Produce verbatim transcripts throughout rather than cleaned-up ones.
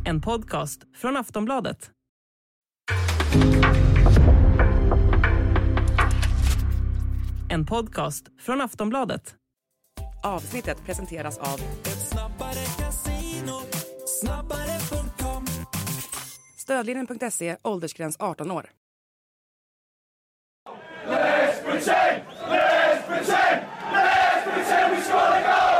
En podcast från Aftonbladet. En podcast från Aftonbladet. Avsnittet presenteras av Ett snabbare casino, snabbare punkt com. Stödlinjen punkt se, åldersgräns arton år. Let's pretend! Let's pretend! Let's pretend we score the goal!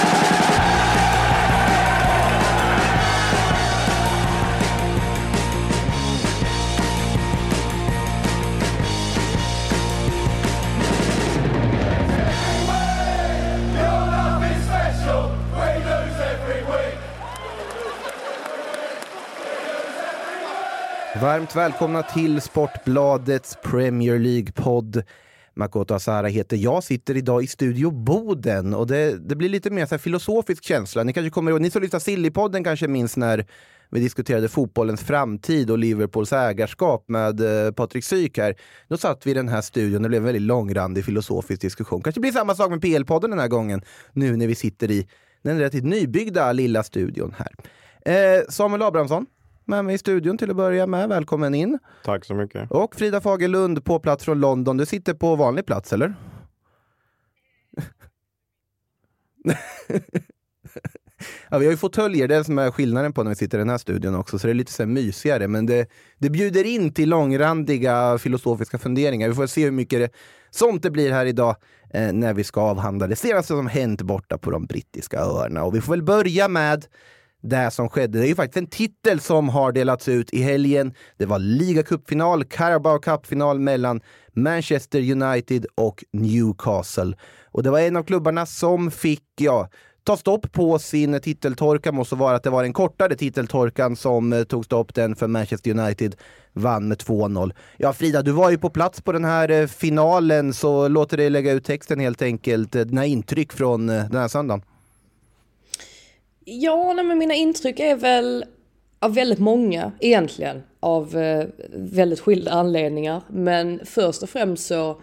Varmt välkomna till Sportbladets Premier League-podd. Makoto Asara heter jag, sitter idag i studio Boden och det, det blir lite mer så här filosofisk känsla. Ni kanske kommer ihåg, ni som lyssnar Silly-podden kanske minns när vi diskuterade fotbollens framtid och Liverpools ägarskap med eh, Patrik Syk här. Då satt vi i den här studion, det blev en väldigt långrandig filosofisk diskussion. Kanske blir samma sak med P L-podden den här gången, nu när vi sitter i den relativt nybyggda lilla studion här. Eh, Samuel Abrahamsson med mig i studion till att börja med. Välkommen in. Tack så mycket. Och Frida Fagerlund på plats från London. Du sitter på vanlig plats, eller? Ja, vi har ju fåtöljer, det är som är skillnaden på när vi sitter i den här studion också. Så det är lite så här mysigare. Men det, det bjuder in till långrandiga filosofiska funderingar. Vi får se hur mycket det, sånt det blir här idag eh, när vi ska avhandla det senaste som hänt borta på de brittiska öarna. Och vi får väl börja med det som skedde. Det är ju faktiskt en titel som har delats ut i helgen. Det var ligacupfinal, Carabao Cup-final mellan Manchester United och Newcastle. Och det var en av klubbarna som fick, ja, ta stopp på sin titeltorka. Måste vara att det var en kortare titeltorkan som eh, tog stopp. Den för Manchester United vann med två noll. Ja, Frida, du var ju på plats på den här eh, finalen, så låter dig lägga ut texten helt enkelt. Dina intryck från eh, den här söndagen. Ja, nej, men mina intryck är väl av väldigt många egentligen, av eh, väldigt skilda anledningar. Men först och främst så,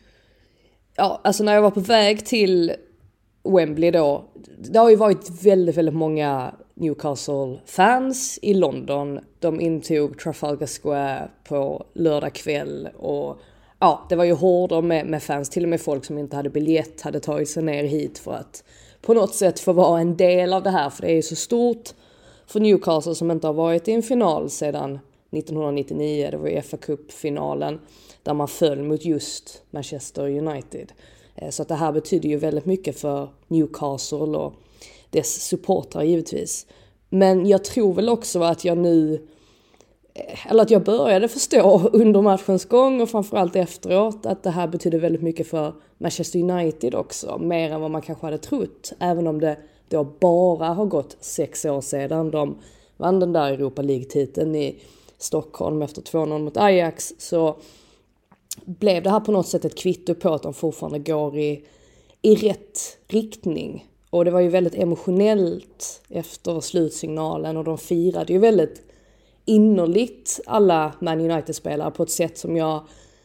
ja, alltså när jag var på väg till Wembley då, det har ju varit väldigt, väldigt många Newcastle-fans i London. De intog Trafalgar Square på lördag kväll och ja, det var ju hårdare med, med fans, till och med folk som inte hade biljett hade tagit sig ner hit för att på något sätt få vara en del av det här, för det är ju så stort för Newcastle som inte har varit i en final sedan nittonhundranittionio. Det var ju F A Cup-finalen där man föll mot just Manchester United. Så att det här betyder ju väldigt mycket för Newcastle och dess supportrar givetvis. Men jag tror väl också att jag nu, eller att jag började förstå under matchens gång och framförallt efteråt, att det här betyder väldigt mycket för Manchester United också, mer än vad man kanske hade trott, även om det då bara har gått sex år sedan de vann den där Europa League-titeln i Stockholm efter två noll mot Ajax. Så blev det här på något sätt ett kvitto på att de fortfarande går i, i rätt riktning. Och det var ju väldigt emotionellt efter slutsignalen och de firade ju väldigt innerligt alla Man United-spelare på ett sätt som jag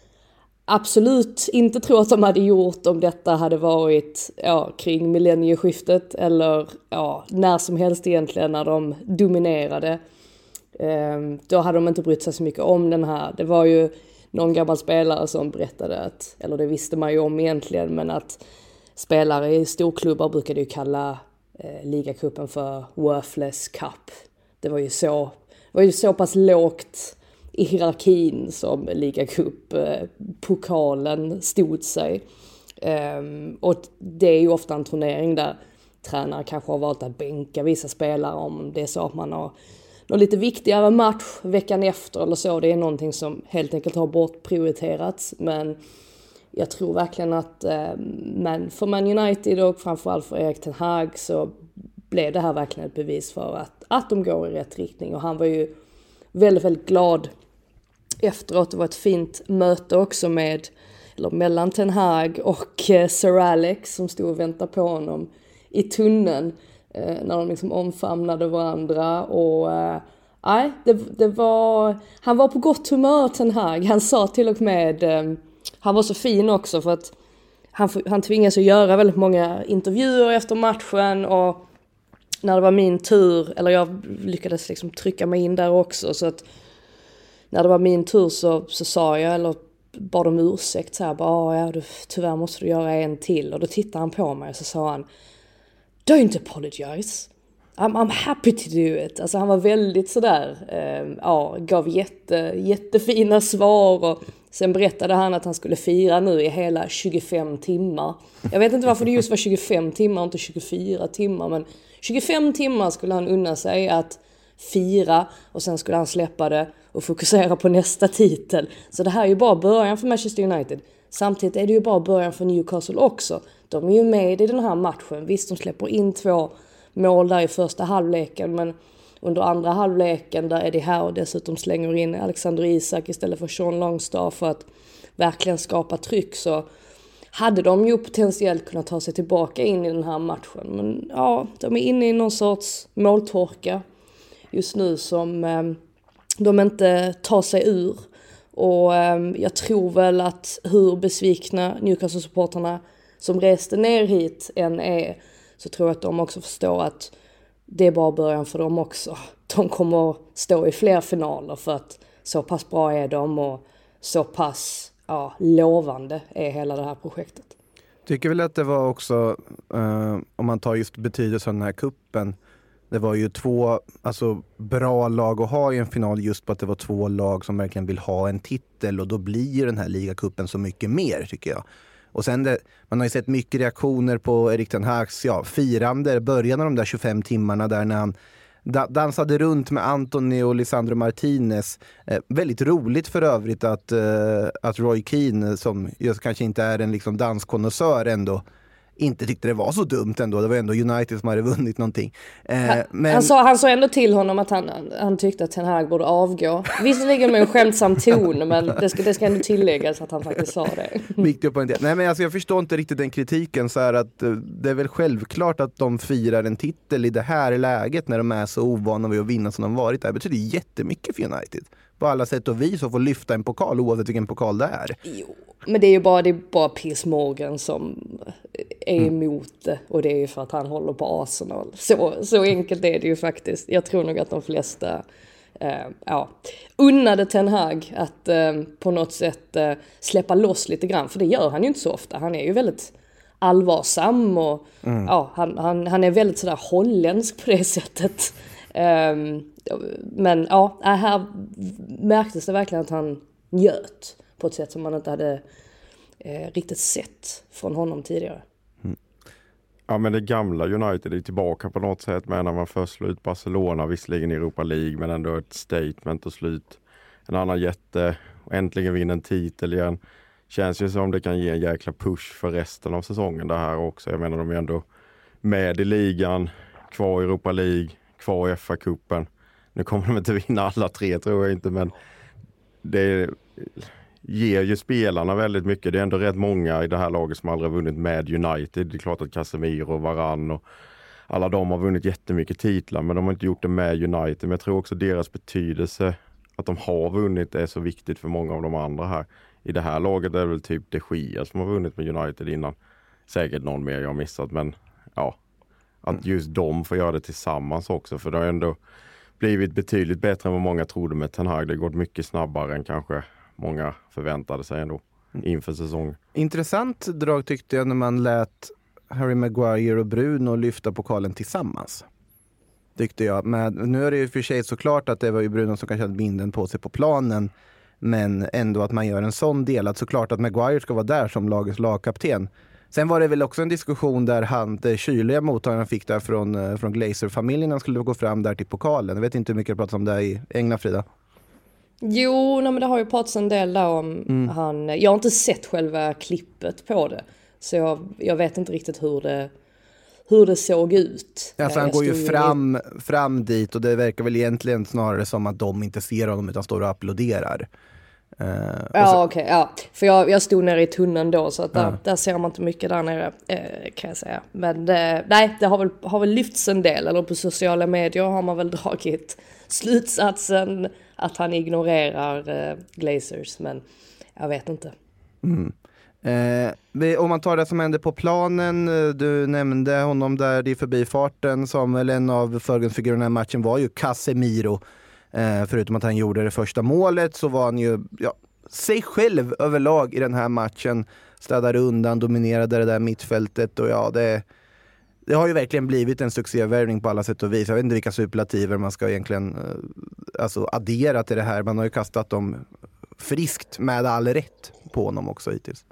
absolut inte tror att de hade gjort om detta hade varit ja, kring millennieskiftet eller ja, när som helst egentligen när de dominerade. Ehm, då hade de inte brytt sig så mycket om den här. Det var ju någon gammal spelare som berättade att, eller det visste man ju om egentligen, men att spelare i storklubbar brukade ju kalla eh, ligacupen för worthless cup. Det var ju så Det var ju så pass lågt i hierarkin som ligacup-pokalen stod sig. Um, och det är ju ofta en turnering där tränare kanske har valt att bänka vissa spelare om det är så att man har någon lite viktigare match veckan efter eller så. Det är någonting som helt enkelt har bortprioriterats. Men jag tror verkligen att eh, men för Man United och framförallt för Erik ten Hag så blev det här verkligen ett bevis för att, att de går i rätt riktning. Och han var ju väldigt, väldigt glad efteråt. Det var ett fint möte också med, eller mellan Ten Hag och eh, Sir Alex som stod och väntade på honom i tunneln eh, när de liksom omfamnade varandra. Och eh, nej, det, det var, han var på gott humör, Ten Hag. Han sa till och med, eh, han var så fin också för att han, han tvingas att göra väldigt många intervjuer efter matchen och när det var min tur, eller jag lyckades liksom trycka mig in där också, så att när det var min tur så, så sa jag, eller bad om ursäkt så här, bara, ja, du, tyvärr måste du göra en till. Och då tittade han på mig och så sa han, don't apologize. I'm, I'm happy to do it. Alltså han var väldigt sådär, eh, ja, gav jätte, jättefina svar, och sen berättade han att han skulle fira nu i hela tjugofem timmar. Jag vet inte varför det just var tjugofem timmar och inte tjugofyra timmar, men tjugofem timmar skulle han unna sig att fira, och sen skulle han släppa det och fokusera på nästa titel. Så det här är ju bara början för Manchester United. Samtidigt är det ju bara början för Newcastle också. De är ju med i den här matchen. Visst, de släpper in två mål där i första halvleken, men under andra halvleken där är det här och dessutom slänger in Alexander Isak istället för Sean Longstaff för att verkligen skapa tryck, så hade de ju potentiellt kunnat ta sig tillbaka in i den här matchen. Men ja, de är inne i någon sorts måltorka just nu som eh, de inte tar sig ur. Och eh, jag tror väl att hur besvikna Newcastle-supporterna som reste ner hit än är, så tror jag att de också förstår att det är bara början för dem också. De kommer stå i fler finaler för att så pass bra är de, och så pass ja, lovande är hela det här projektet. Tycker väl att det var också, eh, om man tar just betydelsen av den här kuppen, det var ju två alltså, bra lag att ha i en final, just på att det var två lag som verkligen vill ha en titel, och då blir ju den här ligakuppen så mycket mer, tycker jag. Och sen det, man har ju sett mycket reaktioner på Erik ten Hags ja, firande, början av de där tjugofem timmarna där när han da- dansade runt med Antony och Lisandro Martinez. Eh, väldigt roligt för övrigt att, eh, att Roy Keane, som just kanske inte är en liksom danskonnässör ändå, inte tyckte det var så dumt ändå. Det var ändå United som hade vunnit någonting. Eh, han, men... han, sa, han sa ändå till honom att han, han tyckte att Ten Hag borde avgå. Visserligen med en skämtsam ton, men det ska, det ska ändå tilläggas att han faktiskt sa det. Viktigt på en del. Nej, men alltså, jag förstår inte riktigt den kritiken, så här att uh, det är väl självklart att de firar en titel i det här läget när de är så ovana vid att vinna som de varit. Det betyder jättemycket för United. På alla sätt och vis att få lyfta en pokal oavsett vilken pokal det är. Jo, men det är ju bara, det är bara Piers Morgan som är emot det, och det är ju för att han håller på Arsenal. Så, så enkelt är det ju faktiskt. Jag tror nog att de flesta eh, ja, unnade Ten Hag att eh, på något sätt eh, släppa loss lite grann, för det gör han ju inte så ofta. Han är ju väldigt allvarsam och mm. ja, han, han, han är väldigt sådär holländsk på det sättet. Um, men ja, här märktes det verkligen att han njöt på ett sätt som man inte hade eh, riktigt sett från honom tidigare. Mm. Ja, men det gamla United är tillbaka på något sätt, med när man först slår ut Barcelona, visserligen i Europa League, men ändå ett statement och slut en annan jätte och äntligen vinna en titel igen. Känns ju som det kan ge en jäkla push för resten av säsongen det här också. Jag menar, de är ändå med i ligan, kvar i Europa League, kvar i F A-cupen. Nu kommer de inte vinna alla tre, tror jag inte, men det ger ju spelarna väldigt mycket. Det är ändå rätt många i det här laget som aldrig har vunnit med United. Det är klart att Casemiro, Varane och alla de har vunnit jättemycket titlar, men de har inte gjort det med United. Men jag tror också deras betydelse, att de har vunnit, är så viktigt för många av de andra här. I det här laget är det väl typ De Gea som har vunnit med United innan. Säkert någon mer jag har missat, men ja, att just de får göra det tillsammans också, för det har ändå blivit betydligt bättre än vad många trodde med Ten Hag. Det har gått mycket snabbare än kanske många förväntade sig ändå inför säsongen. Intressant drag tyckte jag när man lät Harry Maguire och Bruno lyfta pokalen tillsammans. Tyckte jag. Men nu är det ju för sig såklart att det var ju Bruno som kanske hade binden på sig på planen, men ändå att man gör en sån del, att såklart att Maguire ska vara där som lagets lagkapten. Sen var det väl också en diskussion där han, det kyliga mottagaren fick där från, från Glazer-familjen, han skulle gå fram där till pokalen. Jag vet inte hur mycket det pratas om det i England, Frida. Jo, nej, men det har ju pratats en del där om mm. han. Jag har inte sett själva klippet på det, så jag, jag vet inte riktigt hur det, hur det såg ut. Alltså han jag går ju fram, i... fram dit, och det verkar väl egentligen snarare som att de inte ser honom utan står och applåderar. Uh, ja, så... okej. Okay, ja. För jag, jag stod nere i tunneln då, så att där, ja. där ser man inte mycket där nere, eh, kan jag säga. Men eh, nej, det har väl, har väl lyfts en del, eller på sociala medier har man väl dragit slutsatsen att han ignorerar eh, Glazers, men jag vet inte. Mm. Eh, om man tar det som hände på planen, du nämnde honom där i förbifarten, Samuel, en av förgrundsfigurerna i matchen var ju Casemiro. Eh, förutom att han gjorde det första målet så var han ju ja, sig själv överlag i den här matchen. Städade undan, dominerade det där mittfältet och ja, det, det har ju verkligen blivit en succévärvning på alla sätt och vis. Jag vet inte vilka superlativer man ska egentligen eh, alltså addera till det här. Man har ju kastat dem friskt med all rätt på honom också hittills.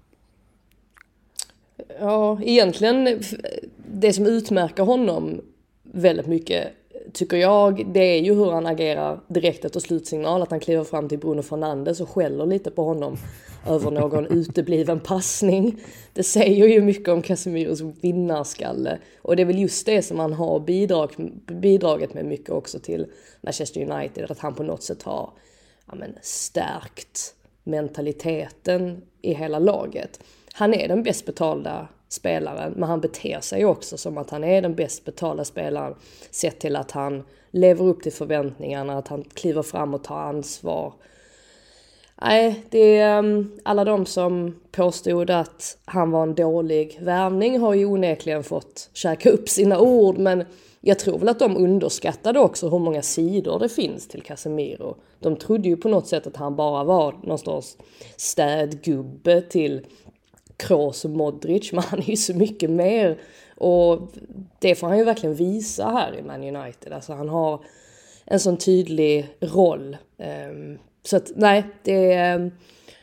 Ja, egentligen det som utmärker honom väldigt mycket tycker jag, det är ju hur han agerar direkt efter slutsignal. Att han kliver fram till Bruno Fernandes och skäller lite på honom över någon utebliven passning. Det säger ju mycket om Casemiros vinnarskalle. Och det är väl just det som han har bidrag, bidragit med mycket också till Manchester United. Att han på något sätt har ja men, stärkt mentaliteten i hela laget. Han är den bäst betalda spelaren, men han beter sig också som att han är den bäst betalda spelaren sett till att han lever upp till förväntningarna, att han kliver fram och tar ansvar. Nej, det är um, alla de som påstod att han var en dålig värvning har ju onekligen fått käka upp sina ord, men jag tror väl att de underskattade också hur många sidor det finns till Casemiro. De trodde ju på något sätt att han bara var någonstans städgubbe till Kroos och Modric, men han är ju så mycket mer och det får han ju verkligen visa här i Man United. Alltså han har en sån tydlig roll. Um, så att nej, det är um,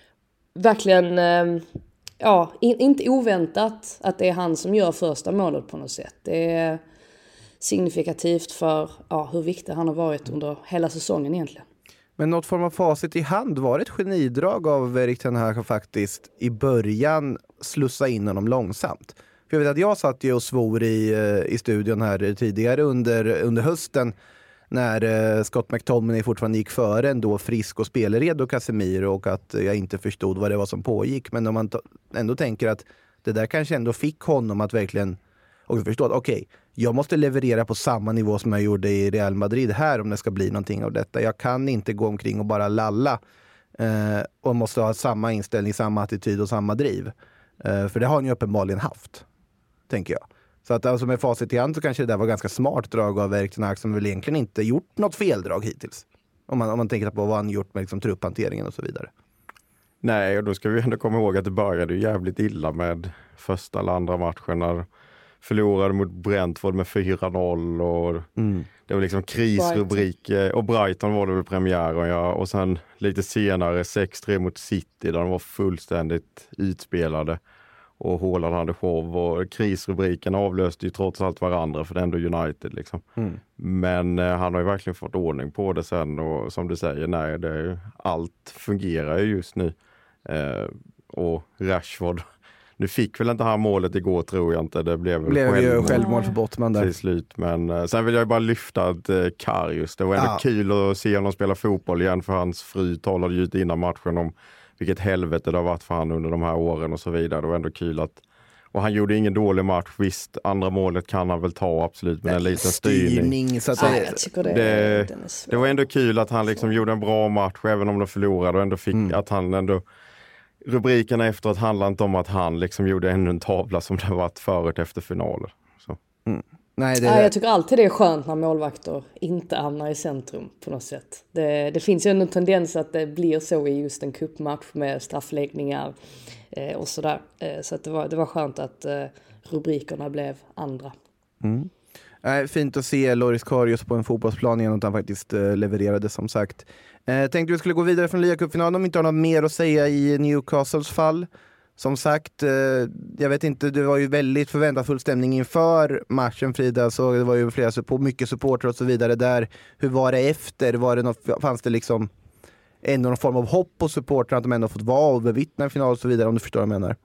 verkligen um, ja, in, inte oväntat att det är han som gör första målet på något sätt. Det är signifikativt för ja, hur viktig han har varit under hela säsongen egentligen. Men något form av facit i hand, var ett genidrag av Erik Ten Hag faktiskt i början slussa in honom långsamt. För jag vet att jag satt ju och svor i, i studion här tidigare under, under hösten när uh, Scott McTominay fortfarande gick före en då frisk och spelredo Casemiro och att jag inte förstod vad det var som pågick. Men om man t- ändå tänker att det där kanske ändå fick honom att verkligen och förstå att okej, okay, jag måste leverera på samma nivå som jag gjorde i Real Madrid här om det ska bli någonting av detta. Jag kan inte gå omkring och bara lalla eh, och måste ha samma inställning, samma attityd och samma driv. Eh, för det har han ju uppenbarligen haft, tänker jag. Så att alltså med facit i hand så kanske det där var ganska smart drag av Erik Ten Hag som väl egentligen inte gjort något feldrag hittills. Om man, om man tänker på vad han gjort med liksom, trupphanteringen och så vidare. Nej, och då ska vi ändå komma ihåg att det började ju jävligt illa med första eller andra matchen när förlorade mot Brentford med fyra noll och mm. det var liksom krisrubrik Brighton. Och Brighton var det väl premiären, ja, och sen lite senare sex tre mot City där de var fullständigt utspelade och Haaland hade show och krisrubriken avlöste ju trots allt varandra för det är ändå United liksom. Mm. Men eh, han har ju verkligen fått ordning på det sen och som du säger, nej, det är ju, allt fungerar ju just nu eh, och Rashford nu fick väl inte han målet igår tror jag inte. Det blev väl blev självmål, ju självmål för Bottman där. Till slut. Men uh, sen vill jag bara lyfta att uh, Karius. Det var ändå ja. kul att se honom spela fotboll igen för hans fru talade ju ut innan matchen om vilket helvete det har varit för han under de här åren och så vidare. Det var ändå kul att och han gjorde ingen dålig match. Visst, andra målet kan han väl ta absolut med en liten styrning. styrning så att ja, det, det, det, det var ändå kul att han liksom gjorde en bra match även om de förlorade och ändå fick mm. att han ändå rubrikerna efteråt handlar inte om att han liksom gjorde ännu en tavla som det varit förut efter finaler. Så. Mm. Nej, det ja, jag tycker alltid det är skönt när målvakter inte hamnar i centrum på något sätt. Det, det finns ju en tendens att det blir så i just en cupmatch med straffläggningar eh, och sådär. Eh, så att det, var, det var skönt att eh, rubrikerna blev andra. Mm. Äh, fint att se Loris Karius på en fotbollsplan igen och att han faktiskt eh, levererade som sagt. Eh, tänkte vi skulle gå vidare från Liga-cupfinalen om vi inte har något mer att säga i Newcastles fall. Som sagt, eh, jag vet inte, det var ju väldigt förväntansfull stämning inför matchen Frida, så det var ju flera support, mycket supporter och så vidare där. Hur var det efter? Var det något, fanns det liksom ändå någon form av hopp på supporterna att de ändå fått vara och bevittna en final och så vidare, om du förstår vad jag menar?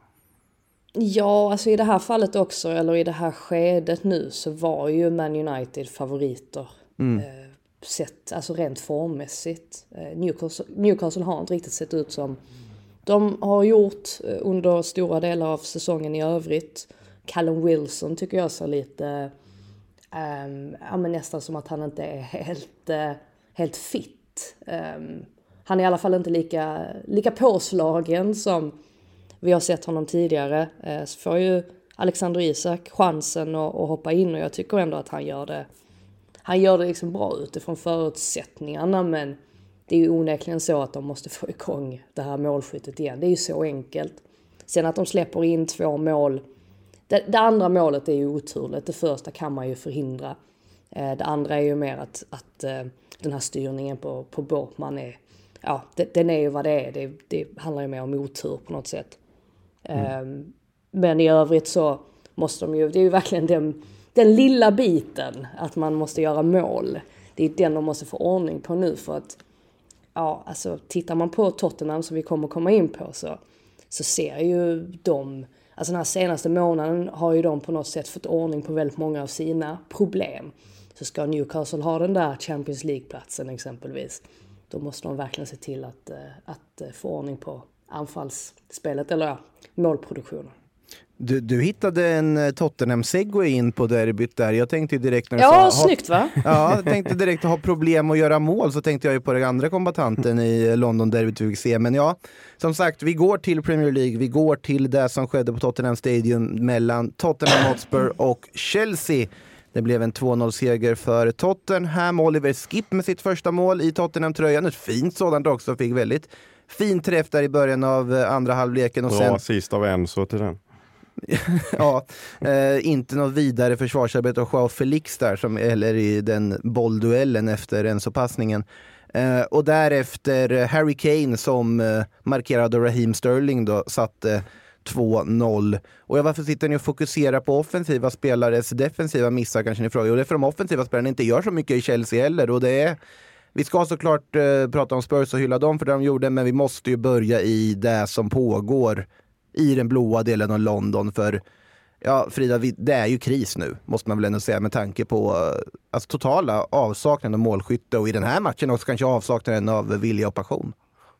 Ja, alltså i det här fallet också, eller i det här skedet nu, så var ju Man United favoriter. Mm. Eh, sett, alltså rent formmässigt. Eh, Newcastle, Newcastle har inte riktigt sett ut som de har gjort under stora delar av säsongen i övrigt. Callum Wilson tycker jag så lite um, ja, men nästan som att han inte är helt, uh, helt fit. Um, han är i alla fall inte lika, lika påslagen som vi har sett honom tidigare, eh, så får ju Alexander Isak chansen att, att hoppa in, och jag tycker ändå att han gör det han gör det liksom bra utifrån förutsättningarna, men det är ju onekligen så att de måste få igång det här målskyttet igen. Det är ju så enkelt. Sen att de släpper in två mål, det, det andra målet är ju oturligt, det första kan man ju förhindra. Eh, det andra är ju mer att, att eh, den här styrningen på, på Bortman är, ja, det, den är ju vad det är. Det, det handlar ju mer om otur på något sätt. Mm. Eh, men i övrigt så måste de ju, det är ju verkligen den, den lilla biten att man måste göra mål. Det är den de måste få ordning på nu, för att ja, alltså tittar man på Tottenham som vi kommer komma in på, så, så ser ju de, alltså den här senaste månaden har ju de på något sätt fått ordning på väldigt många av sina problem. Så ska Newcastle ha den där Champions League-platsen exempelvis, då måste de verkligen se till att, att få ordning på anfallsspelet, eller ja, målproduktionen. Du, du hittade en Tottenham-segway in på derbyt där. Jag tänkte ju direkt när du ja, sa... snyggt va? Ja, jag tänkte direkt att ha problem att göra mål, så tänkte jag ju på den andra kombatanten i London-derbyt vi fick se. Men ja, som sagt, vi går till Premier League. Vi går till det som skedde på Tottenham Stadium mellan Tottenham Hotspur och Chelsea. Det blev en två noll-seger för Tottenham. Oliver Skip med sitt första mål i Tottenham-tröjan. Ett fint sådant också. Fick väldigt fin träff där i början av andra halvleken. Och bra sen... assist av Enzo till den. ja, eh, inte något vidare försvarsarbete av Joao Felix där, som, eller i den bollduellen efter Enzo-passningen. Eh, och därefter Harry Kane som eh, markerade Raheem Sterling då, satte två noll. Och jag, varför sitter ni och fokuserar på offensiva spelares defensiva missar, kanske ni frågar? Jo, det är för de offensiva spelarna inte gör så mycket i Chelsea heller, och det är, vi ska såklart eh, prata om Spurs och hylla dem för det de gjorde, men vi måste ju börja i det som pågår i den blåa delen av London, för ja, Frida, det är ju kris nu, måste man väl ändå säga, med tanke på alltså, totala avsaknaden av målskytte, och i den här matchen också kanske avsaknaden av vilja och passion.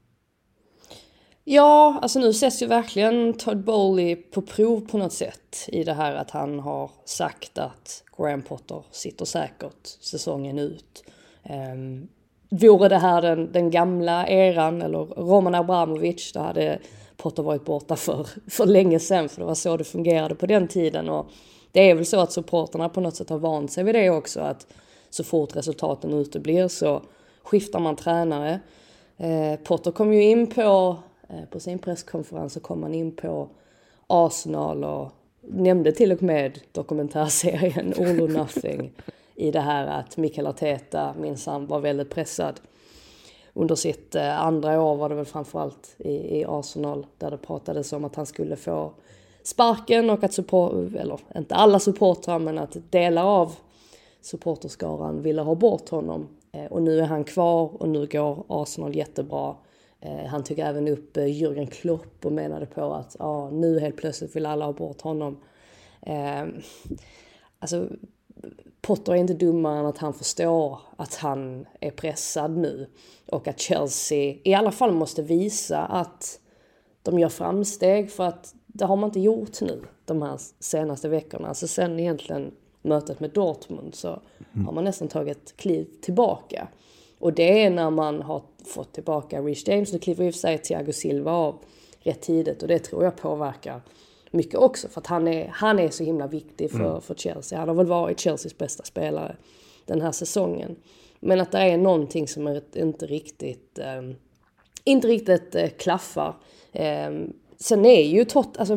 Ja, alltså nu ses ju verkligen Todd Bowley på prov på något sätt i det här att han har sagt att Graham Potter sitter säkert säsongen ut. Um, vore det här den, den gamla eran eller Roman Abramovich, då hade Potter varit borta för, för länge sedan, för det var så det fungerade på den tiden, och det är väl så att supporterna på något sätt har vant sig vid det också, att så fort resultaten uteblir så skiftar man tränare. Eh, Potter kom ju in på, eh, på sin presskonferens så kom han in på Arsenal och nämnde till och med dokumentärserien All or Nothing i det här att Mikel Arteta minsann var väldigt pressad. Under sitt eh, andra år var det väl framförallt i, i Arsenal, där det pratades om att han skulle få sparken, och att support, eller inte alla supportrar, men att delar av supporterskaran ville ha bort honom. Eh, och nu är han kvar och nu går Arsenal jättebra. Eh, han tog även upp eh, Jürgen Klopp och menade på att ah, nu helt plötsligt vill alla ha bort honom. Eh, alltså... Potter är inte dummare än att han förstår att han är pressad nu, och att Chelsea i alla fall måste visa att de gör framsteg, för att det har man inte gjort nu de här senaste veckorna. Alltså sen egentligen mötet med Dortmund så mm. har man nästan tagit kliv tillbaka, och det är när man har fått tillbaka Reece James. Nu kliver i och för sig Thiago Silva av rätt tidigt, och det tror jag påverkar mycket också, för att han är, han är så himla viktig för, mm. för Chelsea. Han har väl varit Chelseas bästa spelare den här säsongen. Men att det är någonting som är inte riktigt eh, inte riktigt eh, klaffar. Eh, sen är ju Tot, alltså,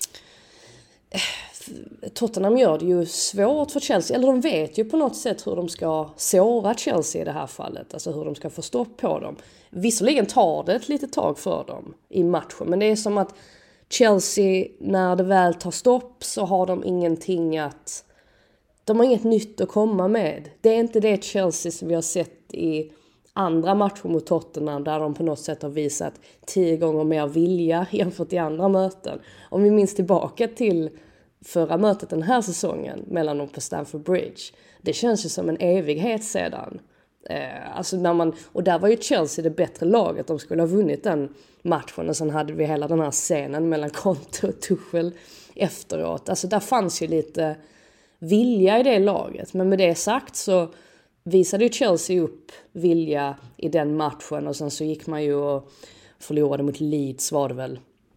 eh, Tottenham gör det ju svårt för Chelsea. Eller de vet ju på något sätt hur de ska såra Chelsea i det här fallet. Alltså hur de ska få stopp på dem. Visserligen tar det ett litet tag för dem i matchen, men det är som att Chelsea, när det väl tar stopp så har de ingenting att... De har inget nytt att komma med. Det är inte det Chelsea som vi har sett i andra matcher mot Tottenham, där de på något sätt har visat tio gånger mer vilja jämfört i andra möten. Om vi minns tillbaka till förra mötet den här säsongen mellan dem på Stamford Bridge. Det känns ju som en evighet sedan. Eh, alltså när man, och där var ju Chelsea det bättre laget. De skulle ha vunnit den matchen, och sen hade vi hela den här scenen mellan Conte och Tuchel efteråt. Alltså där fanns ju lite vilja i det laget, men med det sagt så visade ju Chelsea upp vilja i den matchen, och sen så gick man ju och förlorade mot Leeds var det väl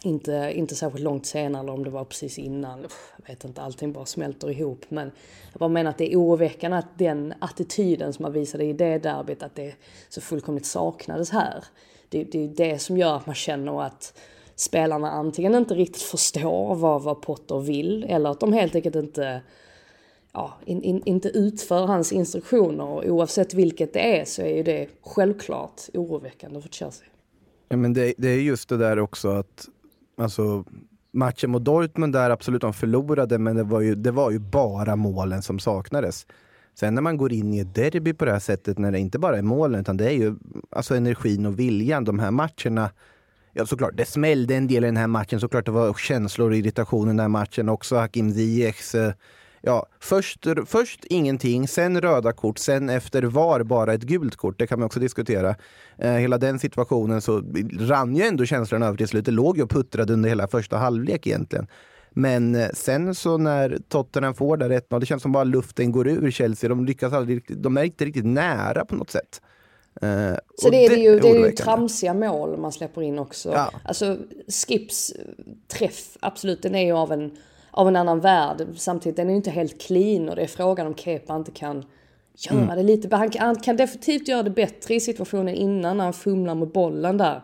inte, inte särskilt långt senare eller om det var precis innan. Jag vet inte, allting bara smälter ihop. Men jag bara menar att det är oroväckande att den attityden som man visade i det derbyt, att det så fullkomligt saknades här. Det, det är det som gör att man känner att spelarna antingen inte riktigt förstår vad, vad Potter vill, eller att de helt enkelt inte, ja, in, in, inte utför hans instruktioner. Och oavsett vilket det är så är ju det självklart oroväckande för Chelsea. Ja, men det, det är just det där också att alltså, matchen mot Dortmund där absolut de förlorade, men det var, ju, det var ju bara målen som saknades. Sen när man går in i ett derby på det här sättet, när det inte bara är målen utan det är ju alltså energin och viljan, de här matcherna. Ja, såklart, det smällde en del i den här matchen. Såklart det var känslor och irritation i den här matchen också. Hakim Ziyechs, ja, först, först ingenting, sen röda kort, sen efter var bara ett gult kort. Det kan man också diskutera. Eh, hela den situationen så rann ju ändå känslan över till slut. Det låg ju och puttrade under hela första halvlek egentligen. Men eh, sen så när Tottenham får där ett noll, det känns som bara luften går ur Chelsea. De lyckas aldrig, de är inte riktigt nära på något sätt. Uh, så det är, det, ju, det är ju tramsiga mål man släpper in också. Ja. Alltså Skips träff, absolut, den är ju av en, av en annan värld. Samtidigt den är ju inte helt clean och det är frågan om Kepa inte kan göra mm. det lite. Han, han kan definitivt göra det bättre i situationen innan när han fumlar med bollen där.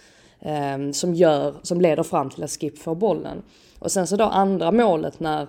Um, som, gör, som leder fram till att Skip får bollen. Och sen så då andra målet när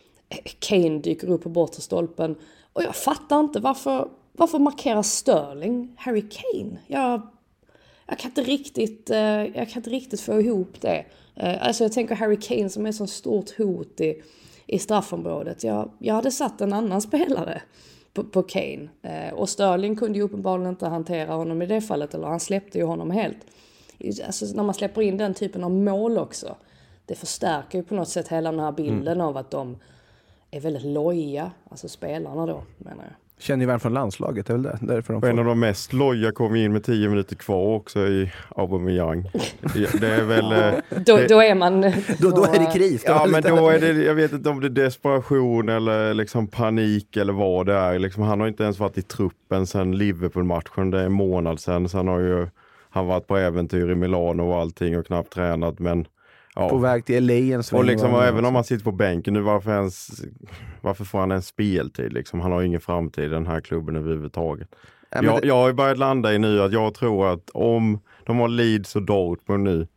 Kane dyker upp på bortre stolpen. Och jag fattar inte varför... Varför markerar Sterling Harry Kane? Jag, jag, kan inte riktigt, jag kan inte riktigt få ihop det. Alltså jag tänker Harry Kane som är så stort hot i, i straffområdet. Jag, jag hade satt en annan spelare på, på Kane. Och Sterling kunde ju uppenbarligen inte hantera honom i det fallet. Eller han släppte ju honom helt. Alltså när man släpper in den typen av mål också. Det förstärker ju på något sätt hela den här bilden mm. av att de är väldigt loja. Alltså spelarna då, menar jag. Känner ju värn från landslaget, är väl det? Därför de får... En av de mest loja kom in med tio minuter kvar också i Aubameyang. Det är väl... då, då är man... Då, då är det kris. Då ja, men då är det, jag vet inte om det är desperation eller liksom panik eller vad det är. Liksom, han har inte ens varit i truppen sedan Liverpool-matchen. Det är en månad sedan. Sen har ju han varit på äventyr i Milano och allting och knappt tränat, men... Ja. På väg till L A en sväng. Och liksom, och även om han sitter på bänken nu, varför, ens, varför får han en speltid? Liksom? Han har ingen framtid i den här klubben överhuvudtaget. Ja, jag, det... jag har ju börjat landa i nu att jag tror att om de har Leeds och Dortmund nu,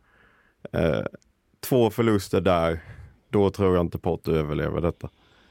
eh, två förluster där, då tror jag inte Potter överlever detta.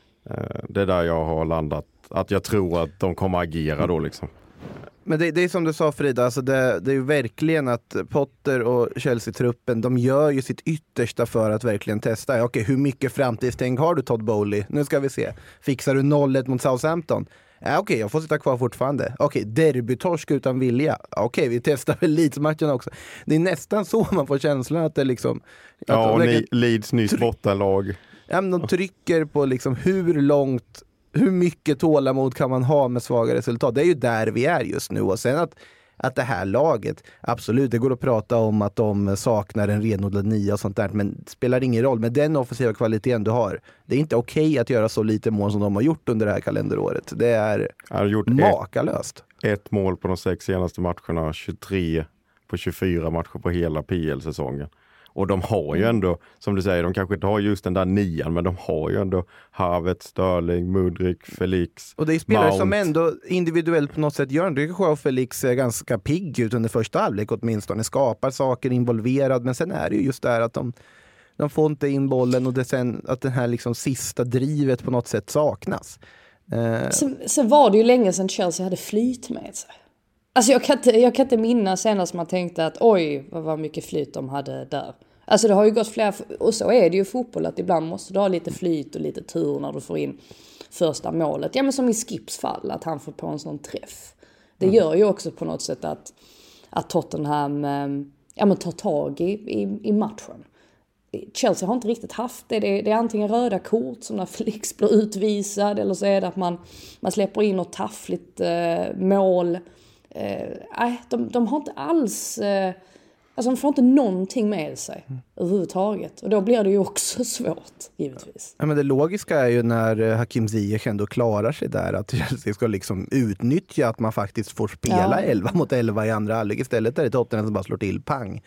Eh, det är där jag har landat. Att jag tror att de kommer agera då liksom. Men det, det är som du sa, Frida, alltså det, det är ju verkligen att Potter och Chelsea-truppen, de gör ju sitt yttersta för att verkligen testa. Okej, hur mycket framtidstänk har du, Todd Bowley? Nu ska vi se. Fixar du noll ett mot Southampton? Ja, okej, jag får sitta kvar fortfarande. Okej, derbytorsk utan vilja. Okej, vi testar väl Leeds-matchen också. Det är nästan så man får känslan att det liksom... Ja, och ni, Leeds nyss tryck, bottenlag. Ja, men de trycker på liksom hur långt... Hur mycket tålamod kan man ha med svaga resultat? Det är ju där vi är just nu. Och sen att, att det här laget, absolut, det går att prata om att de saknar en renodlad nia och sånt där, men det spelar ingen roll. Med den offensiva kvaliteten du har, det är inte okej att göra så lite mål som de har gjort under det här kalenderåret. Det är har gjort makalöst. Ett, ett mål på de sex senaste matcherna, tjugotre på tjugofyra matcher på hela P L-säsongen. Och de har ju ändå, som du säger, de kanske inte har just den där nian, men de har ju ändå Havertz, Sterling, Mudryk, Felix, och det är spelare Mount. som ändå individuellt på något sätt gör. Det kanske och Felix är ganska pigg ut under första halvlek åtminstone. Skapar saker, involverad, men sen är det ju just där att de, de får inte in bollen och det sen, att det här liksom sista drivet på något sätt saknas. Eh. Sen, sen var det ju länge sedan Chelsea hade flyt med sig. Alltså jag kan inte, jag kan inte minnas senast man tänkte att oj, vad, vad mycket flyt de hade där. Alltså det har ju gått flera, och så är det ju i fotboll att ibland måste du ha lite flyt och lite tur när du får in första målet. Ja, men som i Skips fall, att han får på en sån träff. Det mm. gör ju också på något sätt att, att Tottenham ja, men tar tag i, i, i matchen. Chelsea har inte riktigt haft det. Det är, det är antingen röda kort som när Felix blir utvisad, eller så är det att man, man släpper in något taffligt eh, mål. Nej, eh, de, de har inte alls... Eh, alltså de får inte någonting med sig mm. överhuvudtaget. Och då blir det ju också svårt, givetvis. Ja, men det logiska är ju när Hakim Ziyech ändå klarar sig där, att Chelsea ska liksom utnyttja att man faktiskt får spela ja. elva mot elva i andra halvlek. Istället är det Tottenham som bara slår till pang.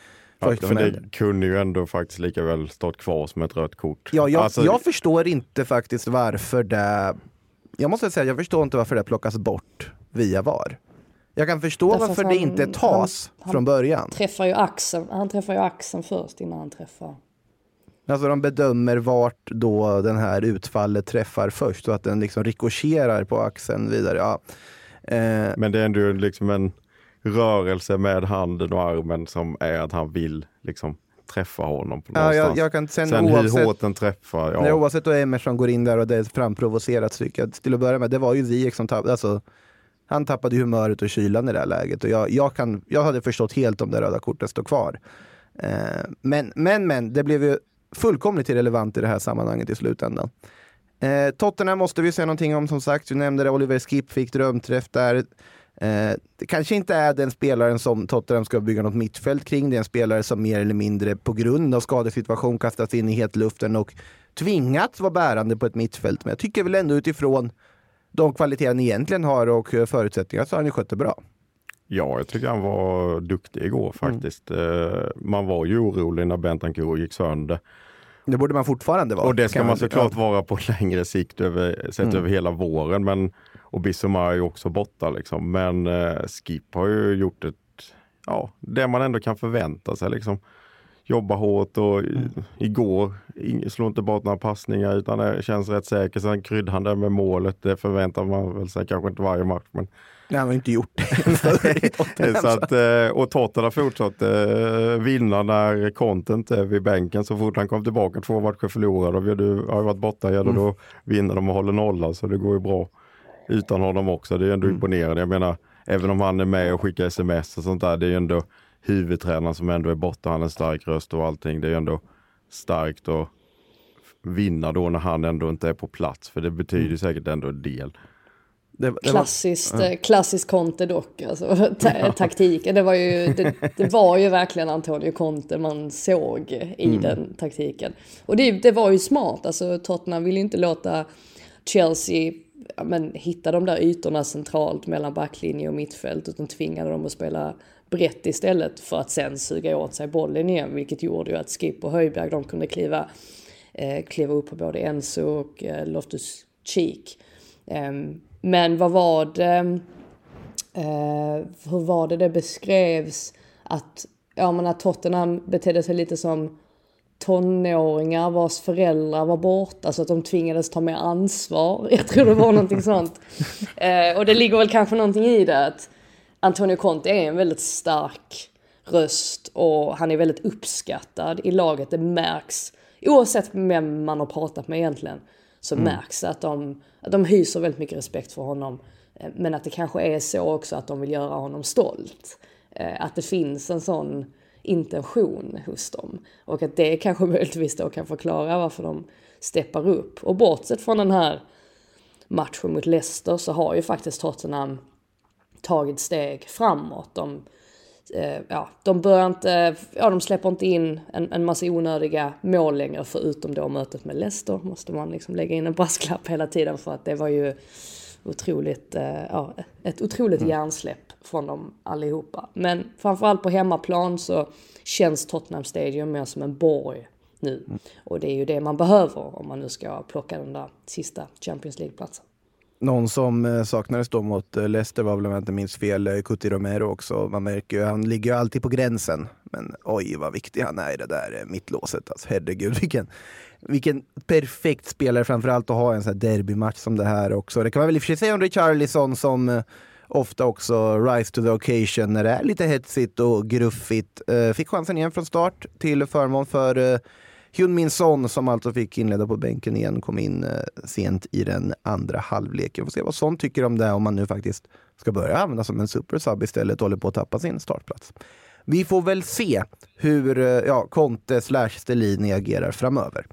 Ja, för det kunde ju ändå faktiskt lika väl stått kvar som ett rött kort. Ja, jag, alltså, jag förstår inte faktiskt varför det... Jag måste säga, jag förstår inte varför det plockas bort via V A R. Jag kan förstå Därför varför han, det inte tas han, från början. Träffar ju axeln, han träffar ju axeln först innan han träffar. Alltså de bedömer vart då den här utfallet träffar först, så att den liksom rikoscherar på axeln vidare. Ja. Eh. Men det är ändå liksom en rörelse med handen och armen som är att han vill liksom träffa honom på någonstans. Ja, jag, jag kan sen sen oavsett, hur hårt den träffar. Ja. Nej, oavsett då Emerson går in där och det är framprovocerat stycke. Till att börja med, det var ju Ziyech som tappade, alltså han tappade humöret och kylan i det här läget. Och jag, jag, kan, jag hade förstått helt om det röda kortet står kvar. Eh, men, men, men, det blev ju fullkomligt irrelevant i det här sammanhanget i slutändan. Eh, Tottenham måste vi säga någonting om, som sagt. Du nämnde det, Oliver Skip fick drömträff där. Eh, det kanske inte är den spelaren som Tottenham ska bygga något mittfält kring. Det är en spelare som mer eller mindre på grund av skadesituation kastas in i hetluften och tvingats vara bärande på ett mittfält. Men jag tycker väl ändå utifrån de kvaliteter han egentligen har och förutsättningar så har han ju skött det bra. Ja, jag tycker han var duktig igår faktiskt. Mm. Man var ju orolig när Bentancur gick sönder. Det borde man fortfarande vara. Och det ska man såklart vara på längre sikt över, sett mm. över hela våren. Men, och Bissouma är ju också borta liksom. Men eh, Skip har ju gjort ett, ja, det man ändå kan förvänta sig liksom. Jobba hårt och mm. igår slår inte bort några passningar utan det känns rätt säker. Sen kryddade han där med målet. Det förväntar man väl sig kanske inte varje match. Men nej, han har inte gjort det. Så att, och Tottenham fortsatte vinna när Content är vid bänken. Så fort han kom tillbaka två matcher förlorade och du har varit borta igen och då vinner de och håller nolla. Så det går ju bra utan honom också. Det är ändå mm. imponerande. Jag menar, även om han är med och skickar sms och sånt där, det är ändå huvudtränaren som ändå är borta. Han har en stark röst och allting. Det är ändå starkt att vinna då när han ändå inte är på plats. För det betyder mm. säkert ändå en del. Det, det klassiskt, var, ja. klassiskt Conte dock, alltså, ta- taktiken, det var, ju, det, det var ju verkligen Antonio Conte man såg i mm. den taktiken. Och det, det var ju smart, alltså Tottenham ville inte låta Chelsea ja, men, hitta de där ytorna centralt mellan backlinje och mittfält, utan tvingade dem att spela brett istället för att sen suga åt sig bollen igen, vilket gjorde ju att Skip och Højbjerg, de kunde kliva, eh, kliva upp på både Enzo och eh, Loftus-Cheek. Um, Men vad var det, eh, hur var det det beskrevs att, ja, men att Tottenham betedde sig lite som tonåringar vars föräldrar var borta så att de tvingades ta med ansvar. Jag tror det var någonting sånt. Eh, och det ligger väl kanske någonting i det att Antonio Conte är en väldigt stark röst och han är väldigt uppskattad i laget. Det märks, oavsett vem man har pratat med egentligen, så mm. märks att de, att de hyser väldigt mycket respekt för honom. Men att det kanske är så också att de vill göra honom stolt. Att det finns en sån intention hos dem. Och att det kanske möjligtvis då kan förklara varför de steppar upp. Och bortsett från den här matchen mot Leicester så har ju faktiskt Tottenham tagit steg framåt. De, ja, de börjar inte, ja, de släpper inte in en, en massa onödiga mål längre, förutom då mötet med Leicester. Måste man liksom lägga in en brasklapp hela tiden, för att det var ju otroligt, ja, ett otroligt mm. hjärnsläpp från dem allihopa. Men framförallt på hemmaplan så känns Tottenham Stadium mer som en borg nu. Mm. Och det är ju det man behöver om man nu ska plocka den där sista Champions League-platsen. Någon som saknades då mot Leicester var väl, om jag inte minns fel, Cuti Romero också. Man märker ju, han ligger ju alltid på gränsen. Men oj vad viktig han är i det där mittlåset. Alltså, herregud, vilken, vilken perfekt spelare framförallt att ha en sån här derbymatch som det här också. Det kan man väl i och för sig säga om Richarlison, som ofta också rise to the occasion när det är lite hetsigt och gruffigt. Fick chansen igen från start till förmån för Heung-min Son, som alltså fick inleda på bänken igen, kom in eh, sent i den andra halvleken. Vi får se vad Son tycker om det, om man nu faktiskt ska börja använda som en supersub istället och håller på att tappa sin startplats. Vi får väl se hur eh, ja, Conte slash Stellini agerar framöver.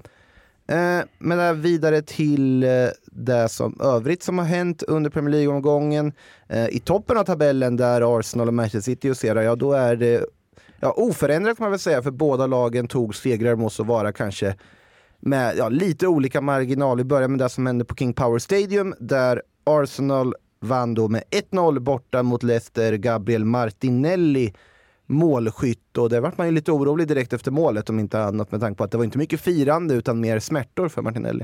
Eh, men där vidare till eh, det som övrigt som har hänt under Premier League-omgången. Eh, I toppen av tabellen där Arsenal och Manchester City huserar, ja då är det Ja, oförändrat kan man väl säga, för båda lagen tog segrar, måste vara kanske med ja, lite olika marginal. Vi börjar med det som hände på King Power Stadium, där Arsenal vann då med ett noll borta mot Leicester. Gabriel Martinelli målskytt, och det var man ju lite orolig direkt efter målet, om inte annat, med tanke på att det var inte mycket firande utan mer smärtor för Martinelli.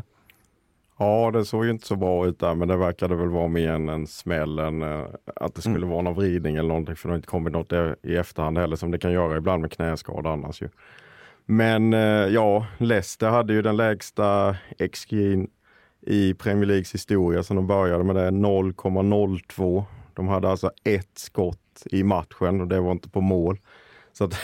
Ja, det såg ju inte så bra ut där, men det verkade väl vara mer än en smäll än uh, att det skulle mm. vara någon vridning eller någonting, för det har inte kommit något i efterhand heller, som det kan göra ibland med knäskada annars ju. Men uh, ja, Leicester hade ju den lägsta X G i Premier Leagues historia, så de började med det noll komma noll två. De hade alltså ett skott i matchen och det var inte på mål. Så att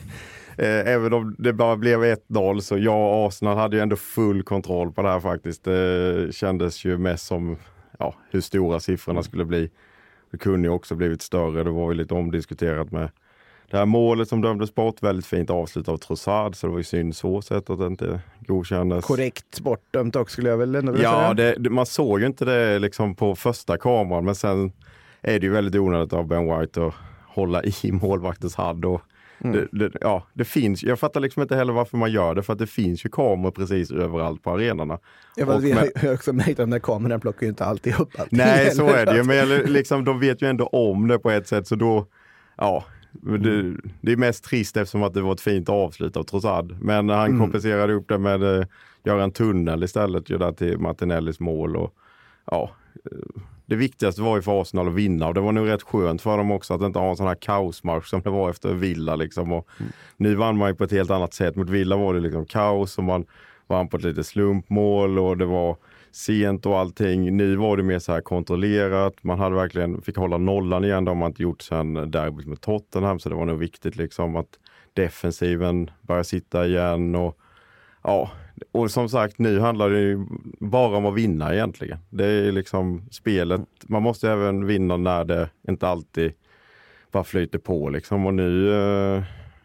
även om det bara blev ett noll, så jag och Arsenal hade ju ändå full kontroll på det här faktiskt. Det kändes ju mest som ja, hur stora siffrorna skulle bli. Det kunde ju också blivit större. Det var ju lite omdiskuterat med det här målet som dömdes bort. Väldigt fint avslut av Trossard, så det var ju synd så sett att det inte godkändes. Korrekt bortdömt också, skulle jag väl ändå vilja ja, säga. Det, man såg ju inte det liksom på första kameran, men sen är det ju väldigt onödigt av Ben White att hålla i målvaktens hand. Och mm. det, det, ja, det finns, jag fattar liksom inte heller varför man gör det, för att det finns ju kameror precis överallt på arenorna. Ja, men vi har ju också märkt att den där kameran plockar ju inte alltid upp allt. Nej, så är det ju, men liksom, de vet ju ändå om det på ett sätt, så då, ja, det, det är mest trist eftersom att det var ett fint avslut av Trossard. Men han mm. kompenserade upp det med att göra en tunnel istället ju där till Martinellis mål, och ja, det viktigaste var ju för Arsenal att vinna, och det var nog rätt skönt för dem också att inte ha en sån här kaosmarsch som det var efter Villa liksom. Och mm. nu vann man ju på ett helt annat sätt. Mot Villa var det liksom kaos, och man vann på ett lite slumpmål och det var sent och allting. Nu var det mer så här kontrollerat. Man hade verkligen fick hålla nollan igen, det har man inte gjort sen derbyt med Tottenham, så det var nog viktigt liksom att defensiven börjar sitta igen. Och ja, och som sagt, nu handlar det ju bara om att vinna egentligen. Det är liksom spelet. Man måste även vinna när det inte alltid bara flyter på liksom. Och nu eh,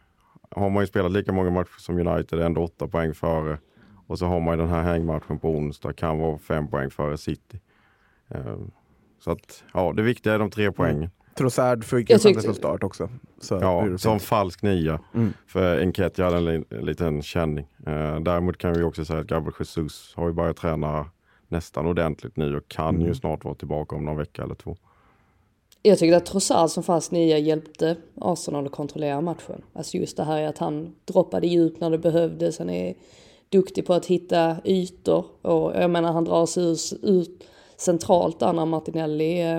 har man ju spelat lika många matcher som United, ändå åtta poäng före. Och så har man ju den här hängmatchen på onsdag, kan vara fem poäng före City. Eh, så att, ja, det viktiga är de tre poängen. Mm. Trossard fick ju tyckte... från start också. Så ja, som falsk nia. Mm. För Enketia hade en, li- en liten känning. Uh, däremot kan vi också säga att Gabriel Jesus har ju börjat träna nästan ordentligt nu och kan mm. ju snart vara tillbaka om någon vecka eller två. Jag tycker att Trossard som falsk nia hjälpte Arsenal att kontrollera matchen. Alltså just det här är att han droppade djup när det behövdes. Han är duktig på att hitta ytor. Och jag menar, han drar sig ut centralt där när Martinelli eh,